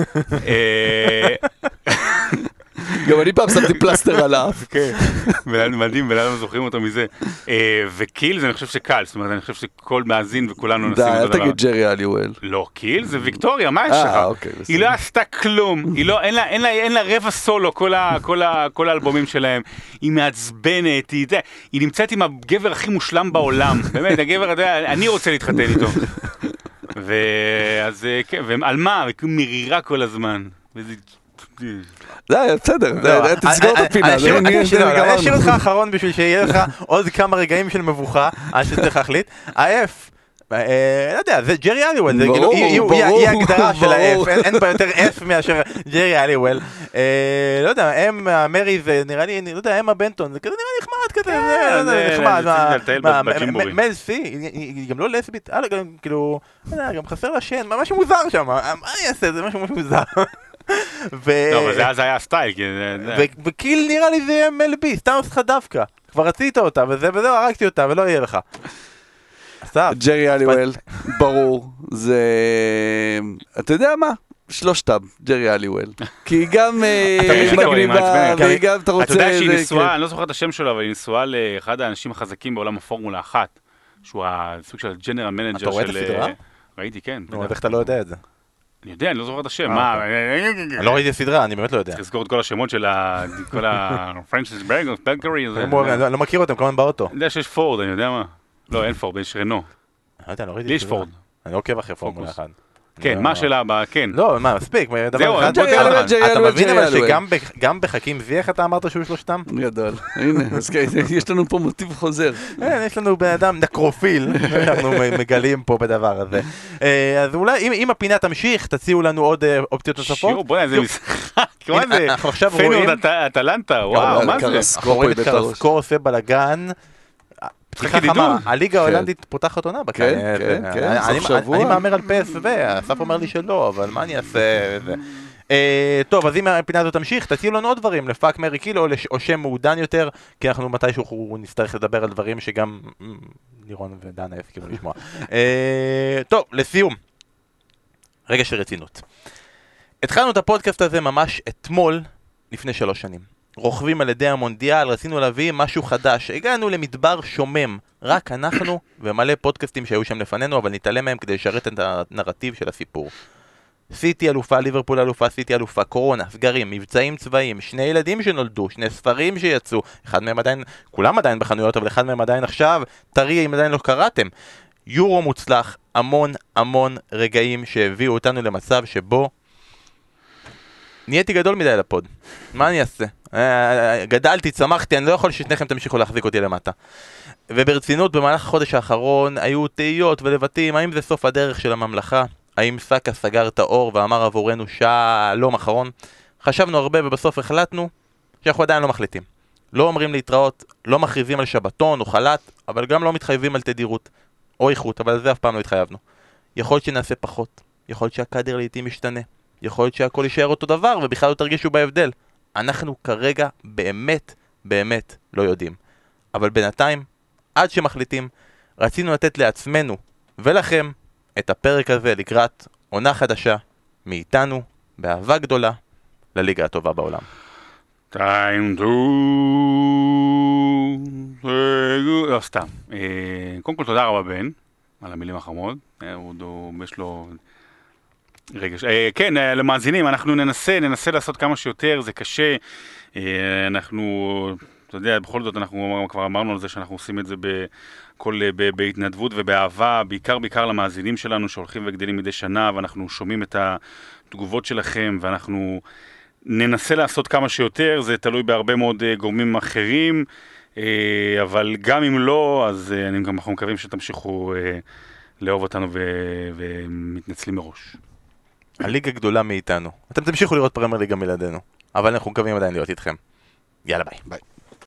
גם אני פעם שמתי פלסטר על האף. כן, מדהים, ולנו זוכרים אותו מזה. וקיל זה אני חושב שקל, זאת אומרת, אני חושב שכל מאזין וכולנו נשים אותו דבר. אל תגיד ג'רי אליואל. לא, קיל זה ויקטוריה, מה יש לך? היא לא עשתה כלום, אין לה רבע סולו, כל האלבומים שלהם. היא מעצבנת, היא נמצאת עם הגבר הכי מושלם בעולם. באמת, הגבר, אני רוצה להתחתן איתו. ואז, כן, ועל מה? היא מרירה כל הזמן. וזה... זה בסדר, תסגור את הפינה. אני אשאיר אותך אחרון בשביל שיהיה לך עוד כמה רגעים של מבוכה, עד שצריך להחליט. ה-F לא יודע, זה ג'רי אליוול, זה כאילו, היא הגדרה של ה-F, אין פה יותר F מאשר ג'רי אליוול. לא יודע, מרי זה נראה לי, לא יודע, אמה בנטון, זה כזה נראה נחמד כזה, נחמד. מל סי, היא גם לא לסבית, כאילו, גם חסר לה שן, משהו מוזר שם, מה אני אעשה? זה משהו מוזר. לא, אבל זה אז היה הסטייל. וקיל נראה לי זה מל בי, סתם עושה דווקא. כבר רצית אותה, וזהו, הרגתי אותה, ולא יהיה לך. ג'רי אליוול, ברור, זה... אתה יודע מה? שלושתם, ג'רי אליוול. כי היא גם מגניבה, והיא גם אתה רוצה... אתה יודע שהיא נשואה, אני לא זוכר את השם שלו, אבל היא נשואה לאחד האנשים החזקים בעולם הפורמולה 1, שהוא הסוג של ג'נרל מנג'ר של... אתה רואה את הסדרה? ראיתי, כן. איך אתה לא יודע את זה? אני יודע, אני לא זוכר את השם, מה... אני לא ראיתי סדרה, אני באמת לא יודע. צריך לזכור את כל השמות של כל הפרנצ'ס ברגרי. אני לא מכיר אותם, כל הזמן באוטו. אני יודע שיש פורד, אני יודע מה. לא, אין פורד, יש רנו. לי יש פורד. אני לא עוקב אחרי פורמולה 1. כן, מה שלה הבאה, כן. לא, מה, מספיק. זהו, אתה מבין אבל שגם בחכים זייח אתה אמרת שהוא שלושתם? גדול. הנה, אז יש לנו פה מוטיב חוזר. יש לנו בן אדם נקרופיל, אנחנו מגלים פה בדבר הזה. אז אולי, אם הפינה תמשיך, תציעו לנו עוד אופציות נוספות. שיעור, בואי, איזה משחק. אנחנו עכשיו רואים... אטלנטה, וואו, מה זה? אנחנו רואים את קרסקו עושה בלגן. פתיחה חמה, הליגה ההולנדית פותחת עונה בקיץ. אני מאמר על PSV, אסף אומר לי שלא, אבל מה אני אעשה? טוב, אז אם הפינה הזאת תמשיך, תציעו לנו עוד דברים, לפאק מרי קיל או שם מעודן יותר, כי אנחנו מתישהו נצטרך לדבר על דברים שגם לירון ודנה יסכימו לשמוע. טוב, לסיום, רגע של רצינות. התחלנו את הפודקאסט הזה ממש אתמול, לפני 3 שנים. רוכבים על ידי המונדיאל, רצינו להביא משהו חדש, הגענו למדבר שומם, רק אנחנו ומלא פודקאסטים שהיו שם לפנינו, אבל נתעלם מהם כדי לשרת את הנרטיב של הסיפור. סיטי אלופה, ליברפול אלופה, סיטי אלופה, קורונה, סגרים, מבצעים צבאיים, 2 ילדים שנולדו, 2 ספרים שיצאו, אחד מהם עדיין, כולם עדיין בחנויות, אבל אחד מהם עדיין עכשיו, טרי אם עדיין לא קראתם. יורו מוצלח, המון רגעים שהביאו אותנו למצב שבו נהייתי גדול מדי לפוד. מה אני אעשה? גדלתי, צמחתי, אני לא יכול ששניכם תמשיכו להחזיק אותי למטה. וברצינות, במהלך החודש האחרון היו תהיות ולבטים, האם זה סוף הדרך של הממלכה? האם סאקה סגר את האור ואמר עבורנו שלום אחרון? חשבנו הרבה ובסוף החלטנו שאנחנו עדיין לא מחליטים. לא אומרים להתראות, לא מכריזים על שבתון או חל"ת, אבל גם לא מתחייבים על תדירות או איכות, אבל זה אף פעם לא התחייבנו. יכול להיות שנעשה פחות, יכול להיות שהקאדר לעתים משתנה, יכול להיות שהכל יישאר אותו דבר ובכלל לא תרגישו בהבדל. אנחנו כרגע באמת לא יודעים. אבל בינתיים, עד שמחליטים, רצינו לתת לעצמנו ולכם את הפרק הזה לקראת עונה חדשה מאיתנו, באהבה גדולה, לליגה הטובה בעולם. Time to... לא, סתם. קודם כל תודה רבה בן, על המילים החמוד. יש לו... רגש. כן, למאזינים, אנחנו ננסה לעשות כמה שיותר, זה קשה. אנחנו, אתה יודע, בכל זאת אנחנו כבר אמרנו על זה שאנחנו עושים את זה בהתנדבות ובאהבה, בעיקר למאזינים שלנו שהולכים וגדלים מדי שנה, ואנחנו שומעים את התגובות שלכם, ואנחנו ננסה לעשות כמה שיותר, זה תלוי בהרבה מאוד גורמים אחרים, אבל גם אם לא, אז אנחנו מקווים שתמשיכו לאהוב אותנו ומתנצלים מראש. הליגה גדולה מאיתנו. אתם תמשיכו לראות פרמייר ליג גם מלעדינו, אבל אנחנו מקווים עדיין להיות איתכם. יאללה ביי.